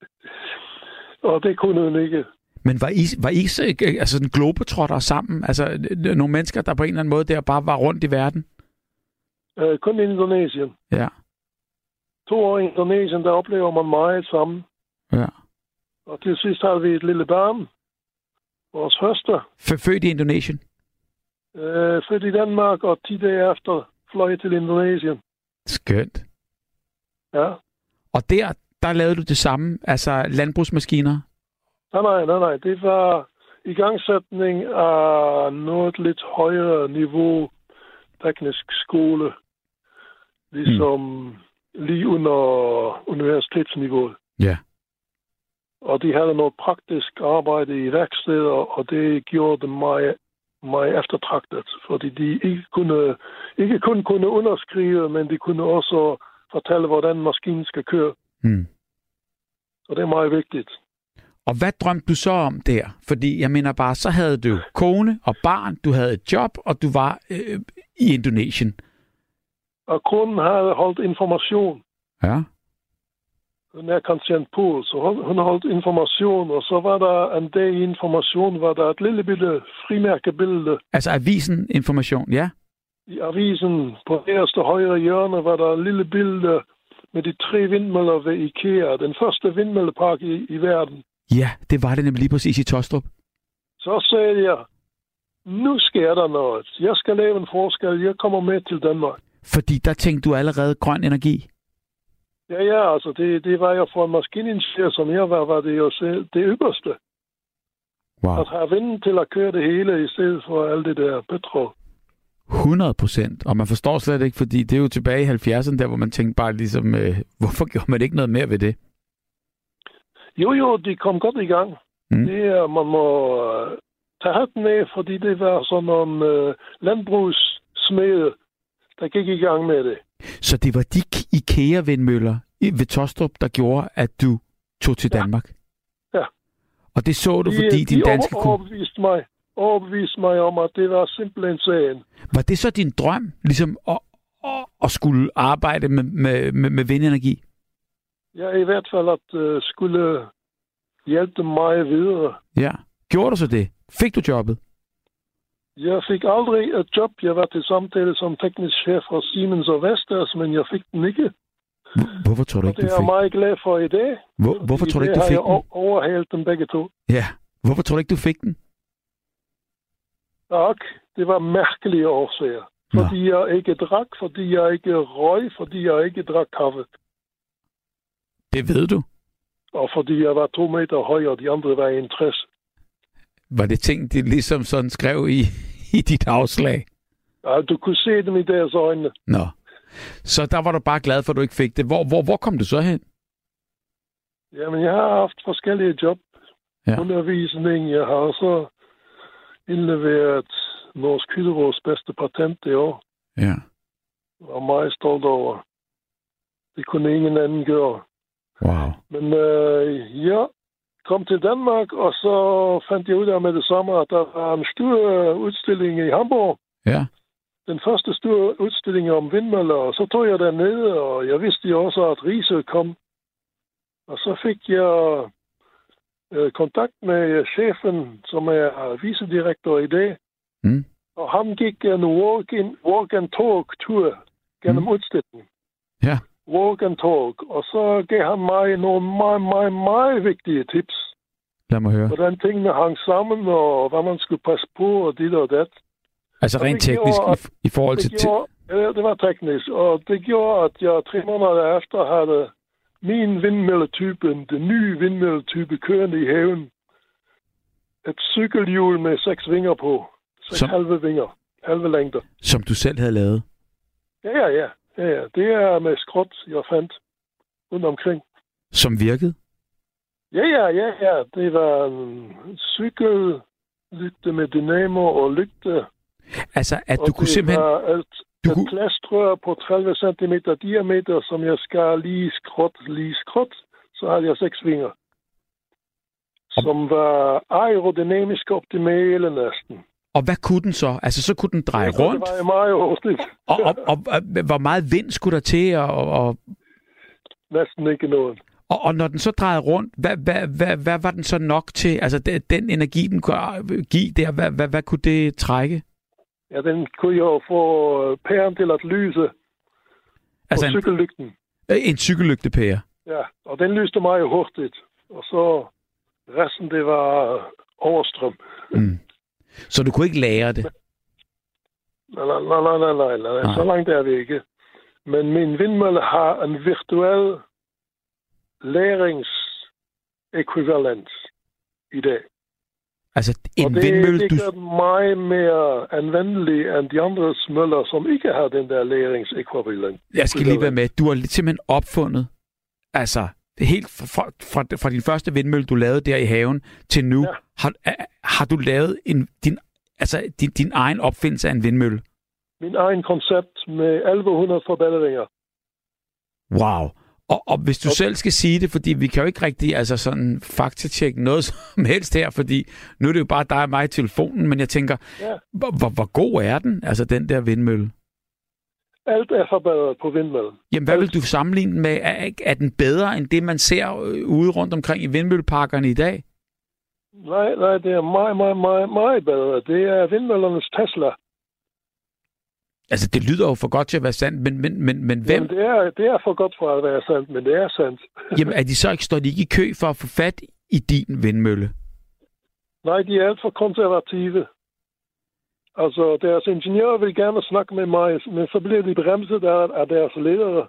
Og det kunne hun ikke. Men var I, var I så, altså en globetrotter sammen? Altså nogle mennesker, der på en eller anden måde der bare var rundt i verden? Uh, kun i Indonesien. Ja. To år i Indonesien, der oplever man meget sammen. Ja. Og til sidst har vi et lille barn. Vores første. Født i Indonesien? Øh, født i Danmark, og ti dage efter fløj til Indonesien. Skønt. Ja. Og der, der lavede du det samme? Altså landbrugsmaskiner? Nej, nej, nej, nej. Det var igangsætning af noget lidt højere niveau teknisk skole. Ligesom mm. lige under universitetsniveauet. Ja. Og de havde noget praktisk arbejde i værksteder, og det gjorde dem meget, meget eftertragtet, fordi de ikke, kunne, ikke kun kunne underskrive, men de kunne også fortælle, hvordan maskinen skal køre. Hmm. Og det er meget vigtigt. Og hvad drømte du så om der? Fordi jeg mener bare, så havde du kone og barn, du havde et job, og du var øh, i Indonesien. Og konen havde holdt information. Ja. Hun er kontant på, så hun holdt information, og så var der en dag i information, var der et lille bitte frimærkebillede. Altså avisen information, ja? I avisen på nederste højre hjørne var der et lille billede med de tre vindmøller ved IKEA. Den første vindmøllepark i, i verden. Ja, det var det nemlig lige præcis i Tostrup. Så sagde jeg, nu sker der noget. Jeg skal lave en forskel. Jeg kommer med til Danmark. Fordi der tænkte du allerede grøn energi? Ja, ja, altså det, det var jo for en maskiningeniør, som jeg var, var det jo selv det ypperste. Wow. At have vinden til at køre det hele, i stedet for alt det der petrol. hundrede procent. Og man forstår slet ikke, fordi det er jo tilbage i halvfjerdserne, der hvor man tænkte bare ligesom, øh, hvorfor gjorde man ikke noget mere ved det? Jo, jo, de kom godt i gang. Mm. Det er, man må uh, tage hatten af, fordi det var sådan nogle uh, landbrugssmede, der gik i gang med det. Så det var de IKEA-vindmøller ved Tostrup, der gjorde, at du tog til Danmark? Ja. ja. Og det så du, de, fordi de din danske... De overbeviste mig, overbeviste mig om, at det var simpelthen sagen. Var det så din drøm, ligesom at, at, at skulle arbejde med, med, med, med vindenergi? Ja, i hvert fald at uh, skulle hjælpe mig videre. Ja. Gjorde du så det? Fik du jobbet? Jeg fik aldrig et job. Jeg var til samtale som teknisk chef fra Siemens og Vestas, men jeg fik den ikke. Hvorfor tror du ikke, du fik? Det er jeg meget glad for i dag. Hvor, hvorfor tror du ikke, du fik den? Jeg har overhalet dem begge to. Ja. Hvorfor tror du ikke, du fik den? Tak. Det var mærkelige årsager. Fordi Nå. jeg ikke drak, fordi jeg ikke røg, fordi jeg ikke drak kaffe. Det ved du. Og fordi jeg var to meter høj, og de andre var en tres. Var det ting, de ligesom sådan skrev i, i dit afslag? Ja, du kunne se dem i deres øjne. Nå. Så der var du bare glad for, at du ikke fik det. Hvor, hvor, hvor kom du så hen? Jamen, jeg har haft forskellige job. Ja. Undervisning. Jeg har også indleveret Norsk Hydros bedste patent i år. Ja. Og meget stolt over. Det kunne ingen anden gøre. Wow. Men øh, ja, kom til Danmark, og så fandt jeg ud af med det samme, at der var en stor udstilling i Hamburg. Ja. Den første store udstilling om vindmøller, og så tog jeg dernede, og jeg vidste jo også, at Riese kom. Og så fik jeg øh, kontakt med chefen, som er vicedirektør i dag. Mm. Og han gik en walk-in, walk-and-talk-tur gennem mm. udstillingen. Ja. Walk-and-talk. Og så gav han mig nogle meget, meget, meget vigtige tips. Lad mig høre. Hvordan tingene hang sammen, og hvad man skulle passe på, og dit og dat. Altså rent teknisk gjorde, i, i forhold til... Det, gjorde, ja, det var teknisk, og det gjorde, at jeg tre måneder efter havde min vindmølletypen, den nye vindmølletype, kørende i haven. Et cykelhjul med seks vinger på. Seks som, halve vinger. Halve længder. Som du selv havde lavet? Ja, ja, ja. ja, ja. Det er med skrot, jeg fandt rundt omkring. Som virkede? Ja, ja, ja, ja. Det var en cykellygte med dynamo og lygte. Altså, at du kunne simpelthen... Et, du et kunne... plastrør på tredive centimeter diameter, som jeg skar lige skråt, lige skråt, så havde jeg seks vinger. Som var aerodynamisk optimale næsten. Og hvad kunne den så? Altså, så kunne den dreje ja, rundt? Det var meget hurtigt. og, og, og, og hvor meget vind skulle der til? Og, og... Næsten ikke noget. Og, og når den så drejede rundt, hvad, hvad, hvad, hvad var den så nok til? Altså, den, den energi, den kunne give der, hvad, hvad, hvad kunne det trække? Ja, den kunne jo få pæren til at lyse altså på en, cykellygten. En cykellygtepære? Ja, og den lyste meget hurtigt. Og så resten, det var overstrøm. Mm. Så du kunne ikke lære det? Nej, nej, nej, nej, nej, nej. Så langt er vi ikke. Men min vindmølle har en virtuel læringsekvivalens i dag. Altså en og det, vindmølle, det gør du... meget mere anvendelig end de andre møller, som ikke har den der læringsekvivalens. Jeg skal lige være med. Du har simpelthen opfundet, altså helt fra, fra, fra din første vindmølle, du lavede der i haven, til nu, ja. har, har du lavet en, din, altså, din, din egen opfindelse af en vindmølle? Min egen koncept med elleve hundrede forbedringer. Wow. Og, og hvis du okay. selv skal sige det, fordi vi kan jo ikke rigtig altså sådan faktatjekke noget som helst her, fordi nu er det jo bare dig og mig i telefonen, men jeg tænker, ja. hvor, hvor, hvor god er den, altså den der vindmølle? Alt er forbedret på vindmøllen. Jamen, hvad Alt. vil du sammenligne den med? Er, er den bedre end det, man ser ude rundt omkring i vindmølleparkerne i dag? Nej, nej, det er meget, meget, meget, meget bedre. Det er vindmøllernes Tesla. Altså, det lyder jo for godt til at være sandt, men, men, men, men hvem... Jamen, det er, det er for godt for at være sandt, men det er sandt. Jamen, er de så ikke, står de ikke i kø for at få fat i din vindmølle? Nej, de er alt for konservative. Altså, deres ingeniører vil gerne snakke med mig, men så bliver de bremset af deres ledere.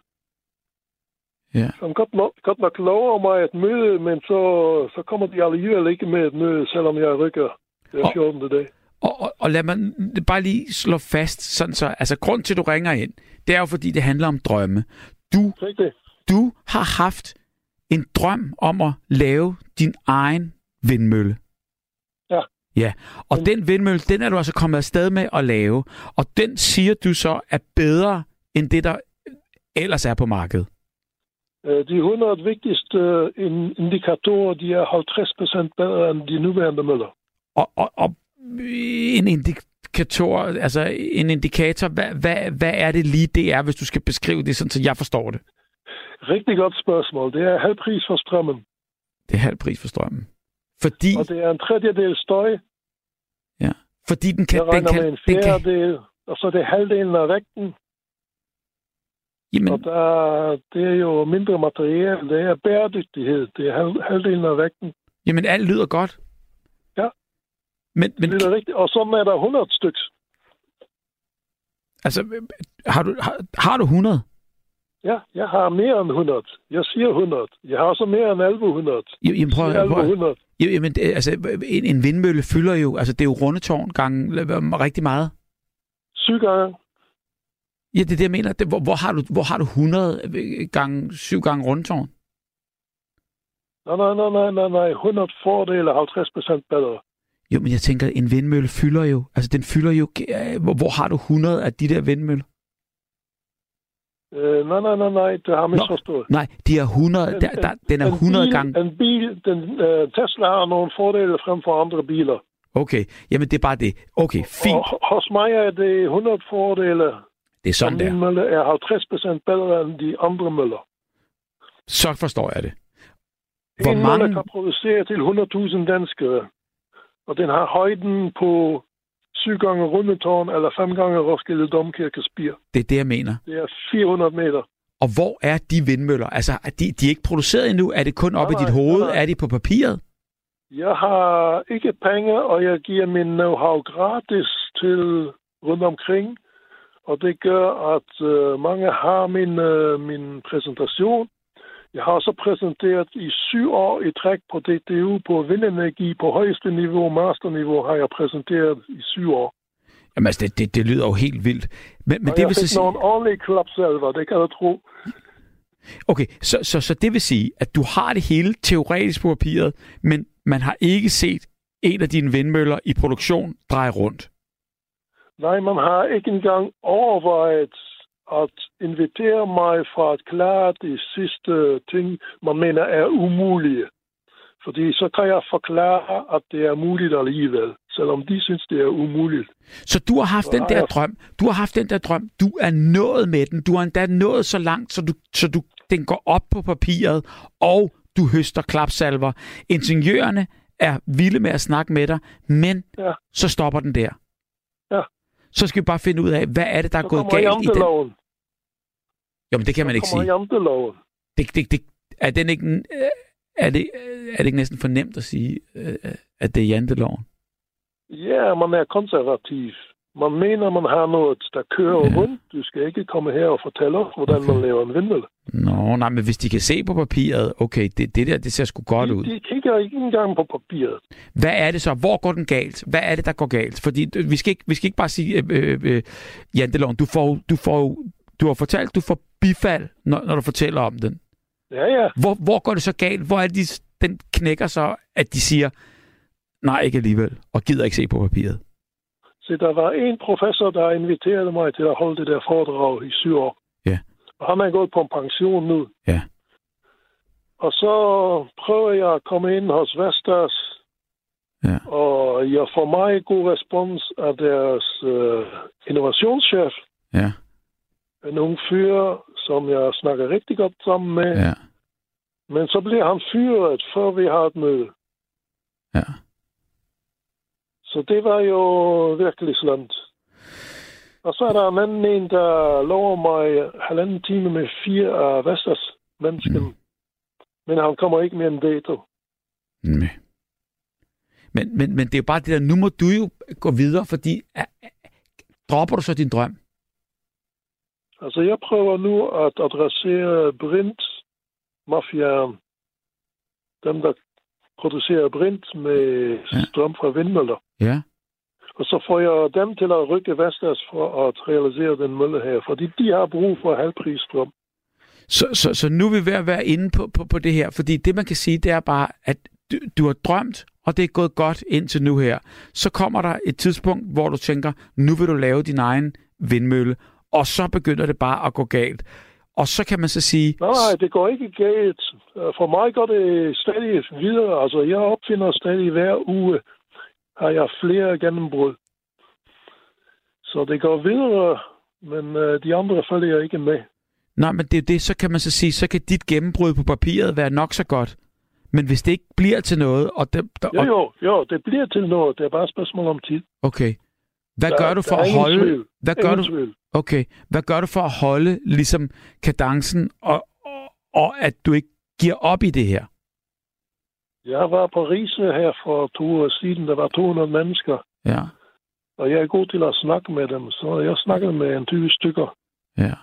Ja. Som godt nok, godt nok lover mig et møde, men så, så kommer de alligevel ikke med et møde, selvom jeg rykker den fjortende dag. Og, og, og lad mig bare lige slå fast, sådan så, altså grund til, at du ringer ind, det er jo, fordi det handler om drømme. Du, du har haft en drøm om at lave din egen vindmølle. Ja. Ja, og Men... den vindmølle, den er du altså kommet afsted med at lave, og den siger du så er bedre end det, der ellers er på markedet. De hundrede vigtigste indikatorer, de er halvtreds procent bedre end de nuværende møller. Og, og, og en indikator, altså en indikator, hvad, hvad, hvad er det lige det er, hvis du skal beskrive det, sådan så jeg forstår det? Rigtig godt spørgsmål. Det er halv pris for strømmen. Det er halv pris for strømmen. Fordi... Og det er en tredjedel støj. Ja, fordi den kan... Jeg regner den kan, med en fjerdedel, kan... og så er det halvdelen af vægten. Jamen... Og der, det er jo mindre materiale, det er bæredygtighed, det er halv, halvdelen af vægten. Jamen alt lyder godt. Ja. Men, men... Det er rigtigt. Og så er der hundrede stykker. Altså, har du, har, har du hundrede? Ja, jeg har mere end hundrede. Jeg siger hundrede. Jeg har også mere end elleve hundrede. Jamen, prøv, prøv, jamen, altså, en, en vindmølle fylder jo, altså det er jo rundetårn gange rigtig meget. Syv gange. Ja, det er det, jeg mener. Det, hvor, hvor, har du, hvor har du hundrede gange, syv gange rundetårn? Nej, nej, nej, nej, nej, nej. hundrede fordele, halvtreds procent bedre. Jo, men jeg tænker, en vindmølle fylder jo, altså den fylder jo, hvor, hvor har du hundrede af de der vindmøller? Øh, nej, nej, nej, nej, det har misforstået. Nej, de er hundrede, En, der, der, den er hundrede bil, gange. En bil, den, uh, Tesla har nogle fordele frem for andre biler. Okay, jamen det er bare det. Okay, fint. Og hos mig er det hundrede fordele. Det er sådan og der. min mølle er halvtreds procent bedre end de andre møller. Så forstår jeg det. Hvor En mange... mølle kan producere til hundrede tusind danskere. Og den har højden på syv gange Rundetårn eller fem gange Roskilde Domkirkes spir. Det er det, jeg mener. Det er fire hundrede meter. Og hvor er de vindmøller? Altså, er de, de er ikke produceret endnu? Er det kun op Nej, i dit hoved? nej, nej. Er de på papiret? Jeg har ikke penge, og jeg giver min know-how gratis til rundt omkring. Og det gør, at uh, mange har min, uh, min præsentation. Jeg har så præsenteret i syv år i træk på D T U på vindenergi på højeste niveau, masterniveau, har jeg præsenteret i syv år. Jamen altså, det, det, det lyder jo helt vildt. Men, men og det jeg vil fik så sige... nogle ordentlige klapsalver, det kan du tro. Okay, så, så, så det vil sige, at du har det hele teoretisk på papiret, men man har ikke set en af dine vindmøller i produktion dreje rundt. Nej, man har ikke engang overvejet at invitere mig for at klare de sidste ting, man mener er umulige. Fordi så kan jeg forklare, at det er muligt alligevel, selvom de synes, det er umuligt. Så du har haft så den har der jeg... drøm, du har haft den der drøm, du er nået med den, du har endda nået så langt, så, du, så du, den går op på papiret, og du høster klapsalver. Ingeniørerne er vilde med at snakke med dig, men ja. Så stopper den der. Ja. Så skal vi bare finde ud af, hvad er det, der er så gået galt i den? Jamen, det kan så man ikke sige. Janteloven. Det, det, det, er, den ikke, er, det, er det ikke næsten for nemt at sige, at det er janteloven? Ja, man er konservativ. Man mener, man har noget, der kører ja. rundt. Du skal ikke komme her og fortælle os, hvordan okay. man laver en vindmølle. Nå, nej, men hvis de kan se på papiret, okay, det, det der, det ser sgu godt de, ud. De kigger ikke engang på papiret. Hvad er det så? Hvor går den galt? Hvad er det, der går galt? Fordi vi skal ikke, vi skal ikke bare sige, øh, øh, janteloven, du får, du får, du har fortalt, du får bifald, når, når du fortæller om den. Ja, ja. Hvor, hvor går det så galt? Hvor er det, de, den knækker så, at de siger, nej, ikke alligevel, og gider ikke se på papiret? Så der var en professor, der inviterede mig til at holde det der foredrag i syv år. Ja. Og han er gået på en pension nu. Ja. Og så prøver jeg at komme ind hos Vestas. Ja. Og jeg får meget god respons af deres øh, innovationschef. Ja. En ung fyr, som jeg snakker rigtig godt sammen med. Ja. Men så bliver han fyret, før vi har et møde. Ja. Så det var jo virkelig slemt. Og så er der en anden en, der lover mig halvanden time med fire af Vestas mennesker. Mm. Men han kommer ikke med en dato. Mm. Men, men, men det er jo bare det der, nu må du jo gå videre, fordi uh, dropper du så din drøm? Altså, jeg prøver nu at adressere brint, mafiaen. Dem, der producerer brint med ja. strøm fra vindmøller. Ja. Og så får jeg dem til at rykke Vestas for at realisere den mølle her, fordi de har brug for halvprisstrøm. Så, så, så nu er vi ved at være inde på, på, på det her, fordi det, man kan sige, det er bare, at du, du har drømt, og det er gået godt indtil nu her. Så kommer der et tidspunkt, hvor du tænker, nu vil du lave din egen vindmølle, og så begynder det bare at gå galt. Og så kan man så sige... Nej, nej, det går ikke galt. For mig går det stadig videre. Altså, jeg opfinder stadig hver uge, har jeg flere gennembrud. Så det går videre, men uh, de andre følger jeg ikke med. Nej, men det er det, så kan man så sige, så kan dit gennembrud på papiret være nok så godt. Men hvis det ikke bliver til noget... Og det, der, jo, jo, jo, det bliver til noget. Det er bare et spørgsmål om tid. Okay. Hvad der, gør du for at holde... Tvivl. Hvad gør du? Tvivl. Okay. Hvad gør du for at holde ligesom kadencen, og, og, og at du ikke giver op i det her? Jeg var på Riese her for to år siden. Der var to hundrede mennesker. Ja. Og jeg er god til at snakke med dem. Så jeg snakkede med en tyve stykker. Ja.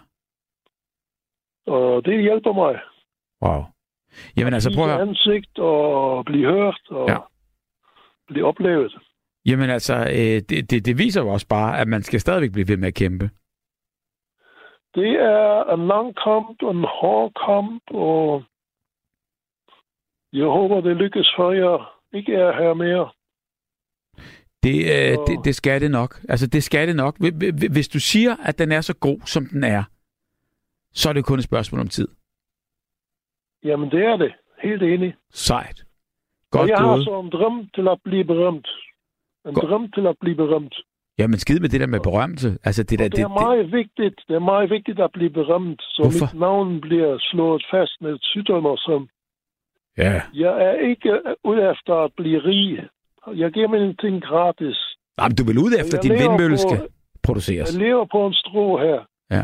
Og det hjælper mig. Wow. Jamen altså, prøv at... ansigt og blive hørt og ja. blive oplevet. Jamen altså, øh, det, det, det viser jo også bare, at man skal stadigvæk blive ved med at kæmpe. Det er en lang kamp, en hård kamp, og jeg håber, det lykkes, for jeg ikke er her mere. Det, øh, og... det, det skal det nok. Altså, det skal det nok. Hvis du siger, at den er så god, som den er, så er det kun et spørgsmål om tid. Jamen, det er det. Helt enig. Sejt. Godt og jeg gået. har så en drøm til at blive berømt. En Godt. drøm til at blive berømt. Jamen, skid med det der med berømmelse. Altså, det, der, det, det er meget det... vigtigt. Det er meget vigtigt at blive berømt, så Hvorfor? Mit navn bliver slået fast med et sygdommer, som ja. Jeg er ikke ude efter at blive rig. Jeg giver mig en ting gratis. Nej, men du vil ud efter, at din vindmølle på, skal produceres. Jeg lever på en strå her. Ja.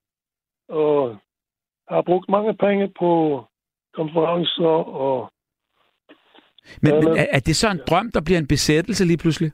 Og har brugt mange penge på konferencer og... Men, men er, er det så en drøm, der bliver en besættelse lige pludselig?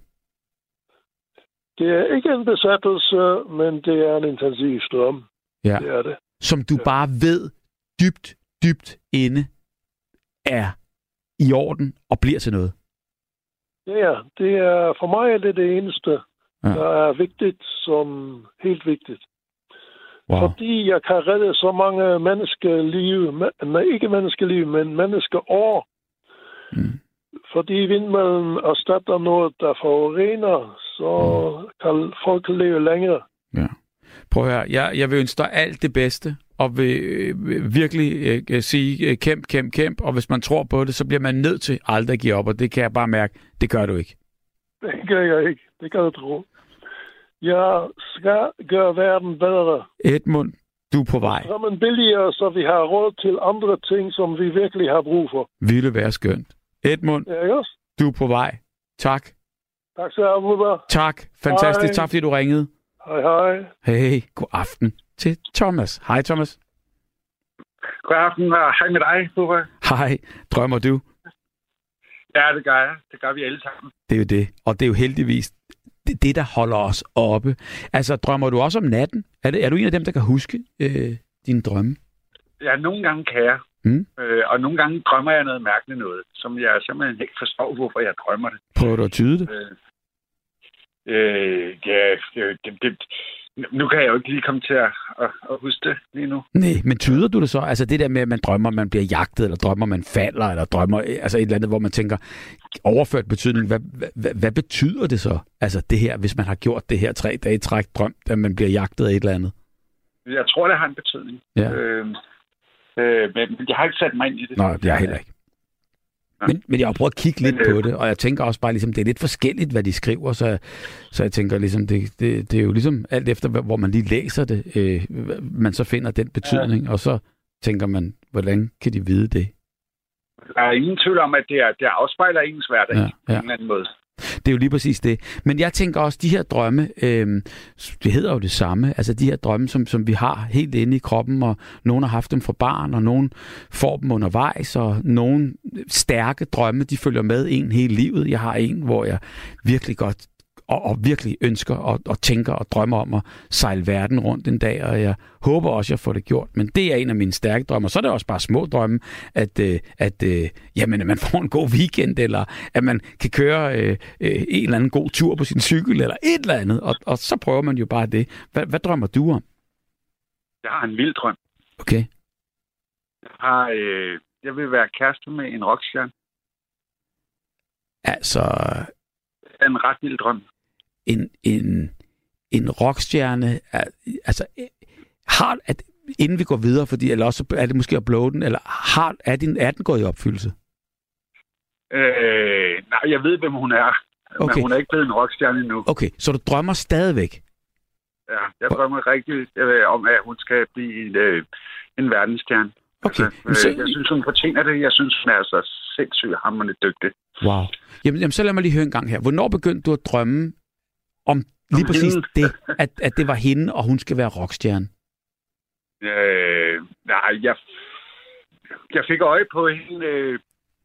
Det er ikke en besættelse, men det er en intensiv strøm. Ja. Det er det. Som du ja. bare ved dybt, dybt inde er i orden og bliver til noget. Ja, det er, for mig er det det eneste, ja. Der er vigtigt som helt vigtigt. Wow. Fordi jeg kan redde så mange menneskeliv, nej, ikke menneskeliv, men menneskeår. Mm. Fordi vindmøllen erstatter noget, der forurener, så mm. kan folk leve længere. Ja. Prøv at høre, jeg, jeg vil ønske dig alt det bedste, og vil øh, virkelig øh, sige øh, kæmp, kæmp, kæmp, og hvis man tror på det, så bliver man nødt til aldrig at give op, og det kan jeg bare mærke, det gør du ikke. Det gør jeg ikke, det kan du tro. Jeg skal gøre verden bedre. Edmund, du er på vej. Strømmen billigere, så vi har råd til andre ting, som vi virkelig har brug for. Ville være skønt. Edmund, ja, også. Du er på vej. Tak. Tak skal du have. Tak. Fantastisk. Hej. Tak fordi du ringede. Hej, hej. Hey, god aften til Thomas. Hej, Thomas. God aften, og hej med dig, Bubber. Hej. Drømmer du? Ja, det gør jeg. Det gør vi alle sammen. Det er jo det. Og det er jo heldigvis det, det der holder os oppe. Altså, drømmer du også om natten? Er, det, er du en af dem, der kan huske øh, dine drømme? Ja, nogle gange kan jeg. Mm. Øh, og nogle gange drømmer jeg noget mærkeligt noget, som jeg simpelthen ikke forstår, hvorfor jeg drømmer det. Prøver du at tyde det? Øh, øh, ja, det, det, det, nu kan jeg jo ikke lige komme til at, at, at huske det lige nu. Nej, men tyder du det så? Altså det der med, at man drømmer, man bliver jagtet, eller drømmer, man falder, eller drømmer, altså et eller andet, hvor man tænker, overført betydning, hvad, hvad, hvad betyder det så? Altså det her, hvis man har gjort det her tre dage i træk drømt, at man bliver jagtet af et eller andet? Jeg tror, det har en betydning. Ja. Øh, øh, men jeg har ikke sat mig ind i det. Nej, jeg heller ikke. Men, men jeg har prøvet at kigge lidt på det, og jeg tænker også bare, ligesom, det er lidt forskelligt, hvad de skriver, så, så jeg tænker, ligesom, det, det, det er jo ligesom alt efter, hvor man lige læser det, øh, man så finder den betydning, ja. Og så tænker man, hvordan kan de vide det? Der er ingen tvivl om, at det, er, det afspejler ens hverdag ja, ja. på en eller anden måde. Det er jo lige præcis det. Men jeg tænker også, de her drømme, øh, det hedder jo det samme, altså de her drømme, som, som vi har helt inde i kroppen, og nogen har haft dem fra barn, og nogen får dem undervejs, og nogle stærke drømme, de følger med en hele livet. Jeg har en, hvor jeg virkelig godt og, og virkelig ønsker og, og tænker og drømmer om at sejle verden rundt en dag, og jeg håber også, at jeg får det gjort. Men det er en af mine stærke drømme. Så er det også bare små drømme, at, øh, at, øh, jamen, at man får en god weekend, eller at man kan køre øh, øh, en eller anden god tur på sin cykel, eller et eller andet, og, og så prøver man jo bare det. Hvad, hvad drømmer du om? Jeg har en vild drøm. Okay. Jeg, har, øh, jeg vil være kæreste med en rockstjerne. Altså... Det er en ret vild drøm. En, en, en rockstjerne, altså har, at, inden vi går videre, fordi, eller også er det måske at blow den, eller har, er, din, er den gået i opfyldelse? Øh, nej, jeg ved, hvem hun er, okay. Men hun er ikke blevet en rockstjerne endnu. Okay, så du drømmer stadigvæk? Ja, jeg drømmer rigtig øh, om, at hun skal blive en, øh, en verdensstjerne. Okay. Altså, øh, jeg synes, hun fortjener det. Jeg synes, hun er så sindssygt hamrende dygtig. Wow. Jamen, jamen, så lad mig lige høre en gang her. Hvornår begyndte du at drømme om lige om præcis hende? det, at, at det var hende, og hun skal være rockstjerne? Øh, nej, jeg, jeg fik øje på hende... Øh,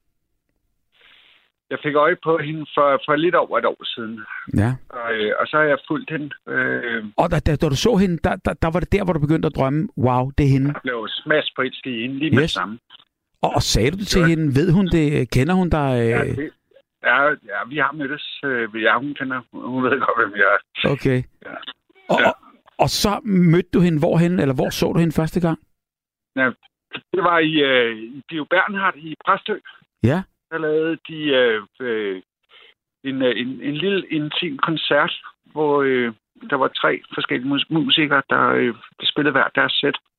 jeg fik øje på hende for, for lidt over et år siden. Ja. Og, øh, og så har jeg fulgt hende. Øh, og da, da, da du så hende, der, der, der var det der, hvor du begyndte at drømme, wow, det er hende? Jeg blev smash på et ski hende lige med yes. sammen. Og, og sagde du det til hende? Ved hun det? Kender hun dig? Øh... Ja, det, ja, ja, vi har mødtes. Øh, ja, hun kender. Hun ved godt, hvem jeg er. Okay. Ja. Og, ja. og, og så mødte du hende hvorhen, eller hvor så du hende første gang? Ja, det var i, øh, i Bio Bernhardt i Præstø. Ja. Der lavede de øh, øh, en, en, en lille intim koncert, hvor øh, der var tre forskellige musikere, der, øh, der spillede hver deres sæt.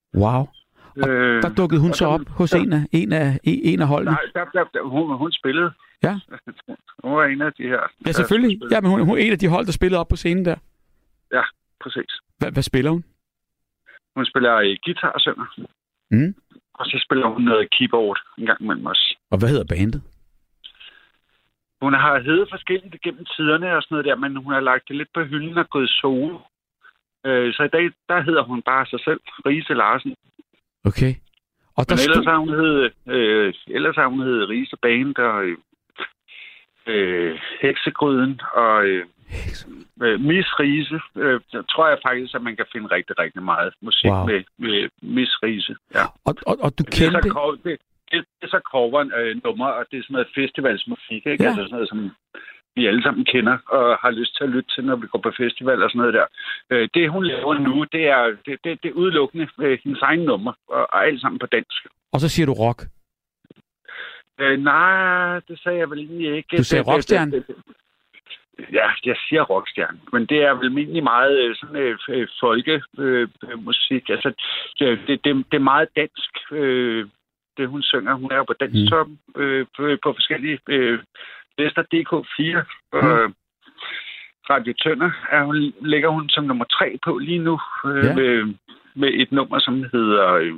Wow. Og Øh, der dukkede hun så der, op hos der, en af, en af, en af holdene? Nej, der, der, der, hun, hun spillede. Ja. Hun var en af de her. Ja, selvfølgelig. Ja, men hun, hun er en af de hold, der spillede op på scenen der. Ja, præcis. Hva, hvad spiller hun? Hun spiller i guitar og synger. Mm. Og så spiller hun noget keyboard en gang imellem os. Og hvad hedder bandet? Hun har heddet forskelligt gennem tiderne og sådan noget der, men hun har lagt det lidt på hylden og gået solo. Øh, så i dag, der hedder hun bare sig selv, Riise Larsen. Okay. Og men der ellers stod... har hun heddet, øh, ellers har hun heddet Riise Band og øh, øh, Heksegryden og øh, øh, Miss Riise. Øh, der tror jeg faktisk, at man kan finde rigtig, rigtig meget musik wow. med, med Miss Riise. Ja. Og, og, og du det kendte... Er så, det, det er så coveren øh, nummer, og det er sådan noget festivalsmusik, ikke? Ja. Altså sådan noget, som vi alle sammen kender og har lyst til at lytte til, når vi går på festival og sådan noget der. Øh, det, hun laver nu, det er, det, det, det er udelukkende øh, hendes egen nummer, og, og alt sammen på dansk. Og så siger du rock? Øh, nej, det sagde jeg vel egentlig ikke. Du sagde rockstjerne? Det, det, det, ja, jeg siger rockstjerne, men det er vel egentlig meget øh, sådan øh, folkemusik. Øh, altså, det, det, det, det er meget dansk, øh, det hun synger. Hun er jo på danstoppen mm. øh, på, på forskellige... Øh, Vester D K fire og mm. Radio Tønder er hun, ligger hun som nummer tre på lige nu øh, ja. med, med et nummer, som hedder øh,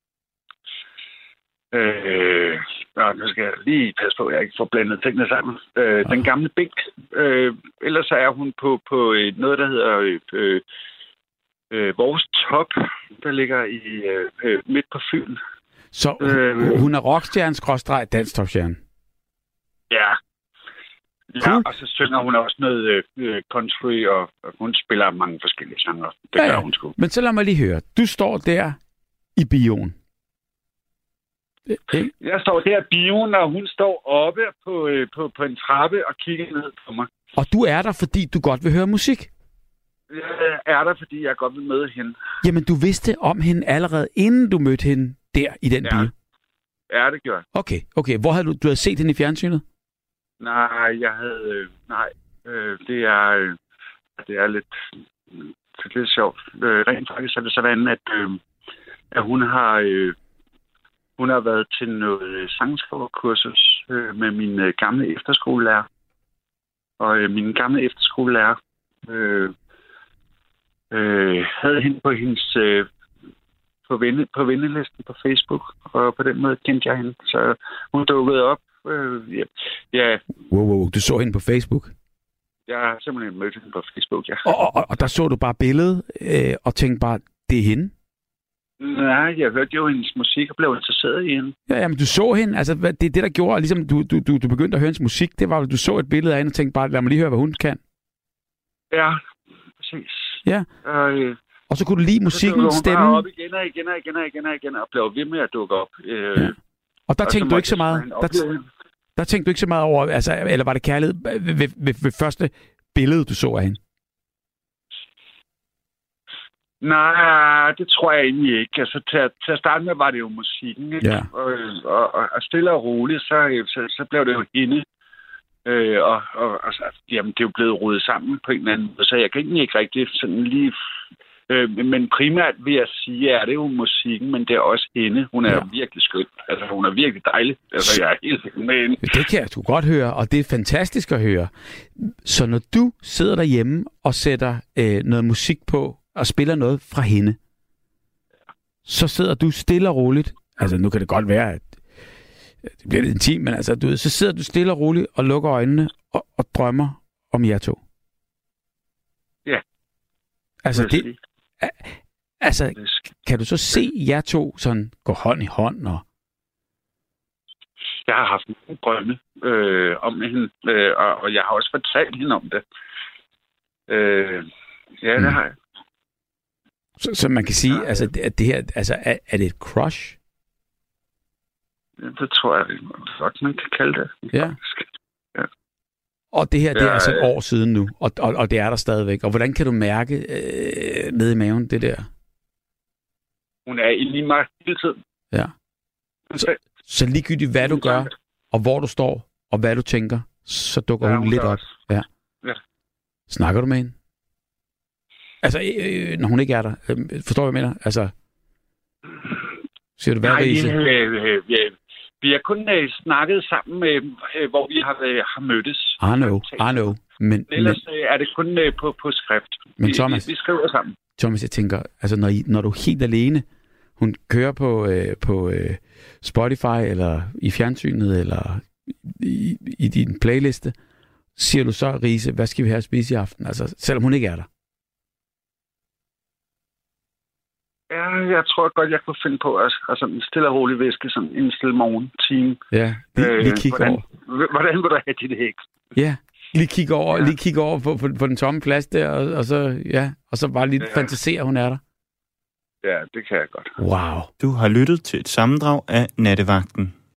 øh, nu skal jeg lige passe på, at jeg ikke får blandet tingene sammen. Øh, den gamle bænk. Øh, ellers er hun på, på noget, der hedder øh, øh, Vores Top, der ligger i øh, midt på Fyn. Så øh, hun er rockstjerne-danstopstjerne? Ja. Cool. Ja, og så synger hun også noget øh, country, og, og hun spiller mange forskellige genrer. Det ja, gør hun sgu. Men så lad mig lige høre. Du står der i bioen. Okay. Jeg står der i bioen, og hun står oppe på, øh, på, på en trappe og kigger ned på mig. Og du er der, fordi du godt vil høre musik? Jeg er der, fordi jeg godt vil møde hende. Jamen, du vidste om hende allerede, inden du mødte hende der i den ja. bio? Ja, det gjorde jeg. Okay, okay. Hvor havde du, du havde set hende i fjernsynet? Nej, jeg havde... Øh, nej, øh, det er... Øh, det er lidt... Det er lidt sjovt. Øh, rent faktisk er det sådan, at, øh, at hun har... Øh, hun har været til noget sangskriverkursus øh, med min øh, gamle efterskolelærer. Og øh, min gamle efterskolelærer øh, øh, havde hende på hendes... Øh, på, venne, på vennelisten på Facebook, og på den måde kendte jeg hende. Så hun dukkede op. Øh, ja, ja. Wow, wow, du så hende på Facebook? Jeg har simpelthen mødt hende på Facebook, ja. Og, og, og der så du bare billedet, øh, og tænkte bare, det er hende? Nej, jeg hørte jo hendes musik og blev interesseret i hende. Ja, jamen du så hende, altså det er det, der gjorde, ligesom du, du, du, du begyndte at høre hendes musik, det var, at du så et billede af hende og tænkte bare, lad mig lige høre, hvad hun kan. Ja, præcis. Ja, øh, og så kunne du lide musikken, så stemmen. Hun op igen og igen og igen og igen og igen, og blev ved med at dukke op. Øh, ja. Og der og tænkte du ikke så meget, der, t- der tænkte du ikke så meget over, altså, eller var det kærlighed ved, ved, ved, ved første billede, du så af hende? Nej, det tror jeg egentlig ikke. Altså, til, til at starte med var det jo musikken, ikke? Ja. Og, og, og, og stille og roligt, så, så, så blev det jo hende. Øh, og og altså, jamen, det er jo blevet rodet sammen på en eller anden måde, så jeg kan egentlig ikke rigtig sådan lige... Øh, men primært vil jeg sige, at det er jo musikken, men det er også hende. Hun er ja. virkelig skøn. Altså, hun er virkelig dejlig. Altså, jeg er helt med hende. Det kan jeg sgu godt høre, og det er fantastisk at høre. Så når du sidder derhjemme og sætter øh, noget musik på, og spiller noget fra hende, så sidder du stille og roligt. Altså, nu kan det godt være, at det bliver lidt intimt, men altså, du ved, så sidder du stille og roligt og lukker øjnene og, og drømmer om jer to. Ja. Altså, det, altså, kan du så se jer to sådan gå hånd i hånd? Og... Jeg har haft en drømme øh, om hende, øh, og, og jeg har også fortalt hende om det. Øh, ja, det mm. har jeg. Så, så man kan sige, ja. altså, at det her, altså, er, er det et crush? Ja, det tror jeg godt, man kan kalde det. Ja. Ja. Og det her, det er ja, altså et år siden nu, og, og, og det er der stadigvæk. Og hvordan kan du mærke øh, nede i maven, det der? Hun er inde i mig hele tiden. Ja. Så, så ligegyldigt, hvad du gør, og hvor du står, og hvad du tænker, så dukker ja, hun, hun lidt op. Ja. Ja. Snakker du med hende? Altså, øh, når hun ikke er der. Øh, forstår du, hvad jeg mener? Altså... Siger du hvad, Nej, Riise? øh, øh, øh, vi har kun øh, snakket sammen, øh, øh, hvor vi har, øh, har mødtes. I know, I know. Men, Ellers men, øh, er det kun øh, på, på skrift. Men vi, Thomas- vi, vi skriver sammen. Thomas, jeg tænker, altså når, I, når du er helt alene, hun kører på, øh, på øh, Spotify, eller i fjernsynet, eller i, i din playliste, siger du så, Riise, hvad skal vi have at spise i aften? Altså, selvom hun ikke er der. Ja, jeg tror godt, jeg kunne finde på at, at sådan stille og roligt væske sådan en stille morgen-time. Ja, lige, lige kigge hvordan, over. Hvordan vil du have dit hæk? Ja, lige kigge over, Ja. lige kigge over på, på, på den tomme plads der, og, og, så, ja, og så bare lige Ja. fantasere, hun er der. Ja, det kan jeg godt. Wow. Du har lyttet til et sammendrag af Nattevagten.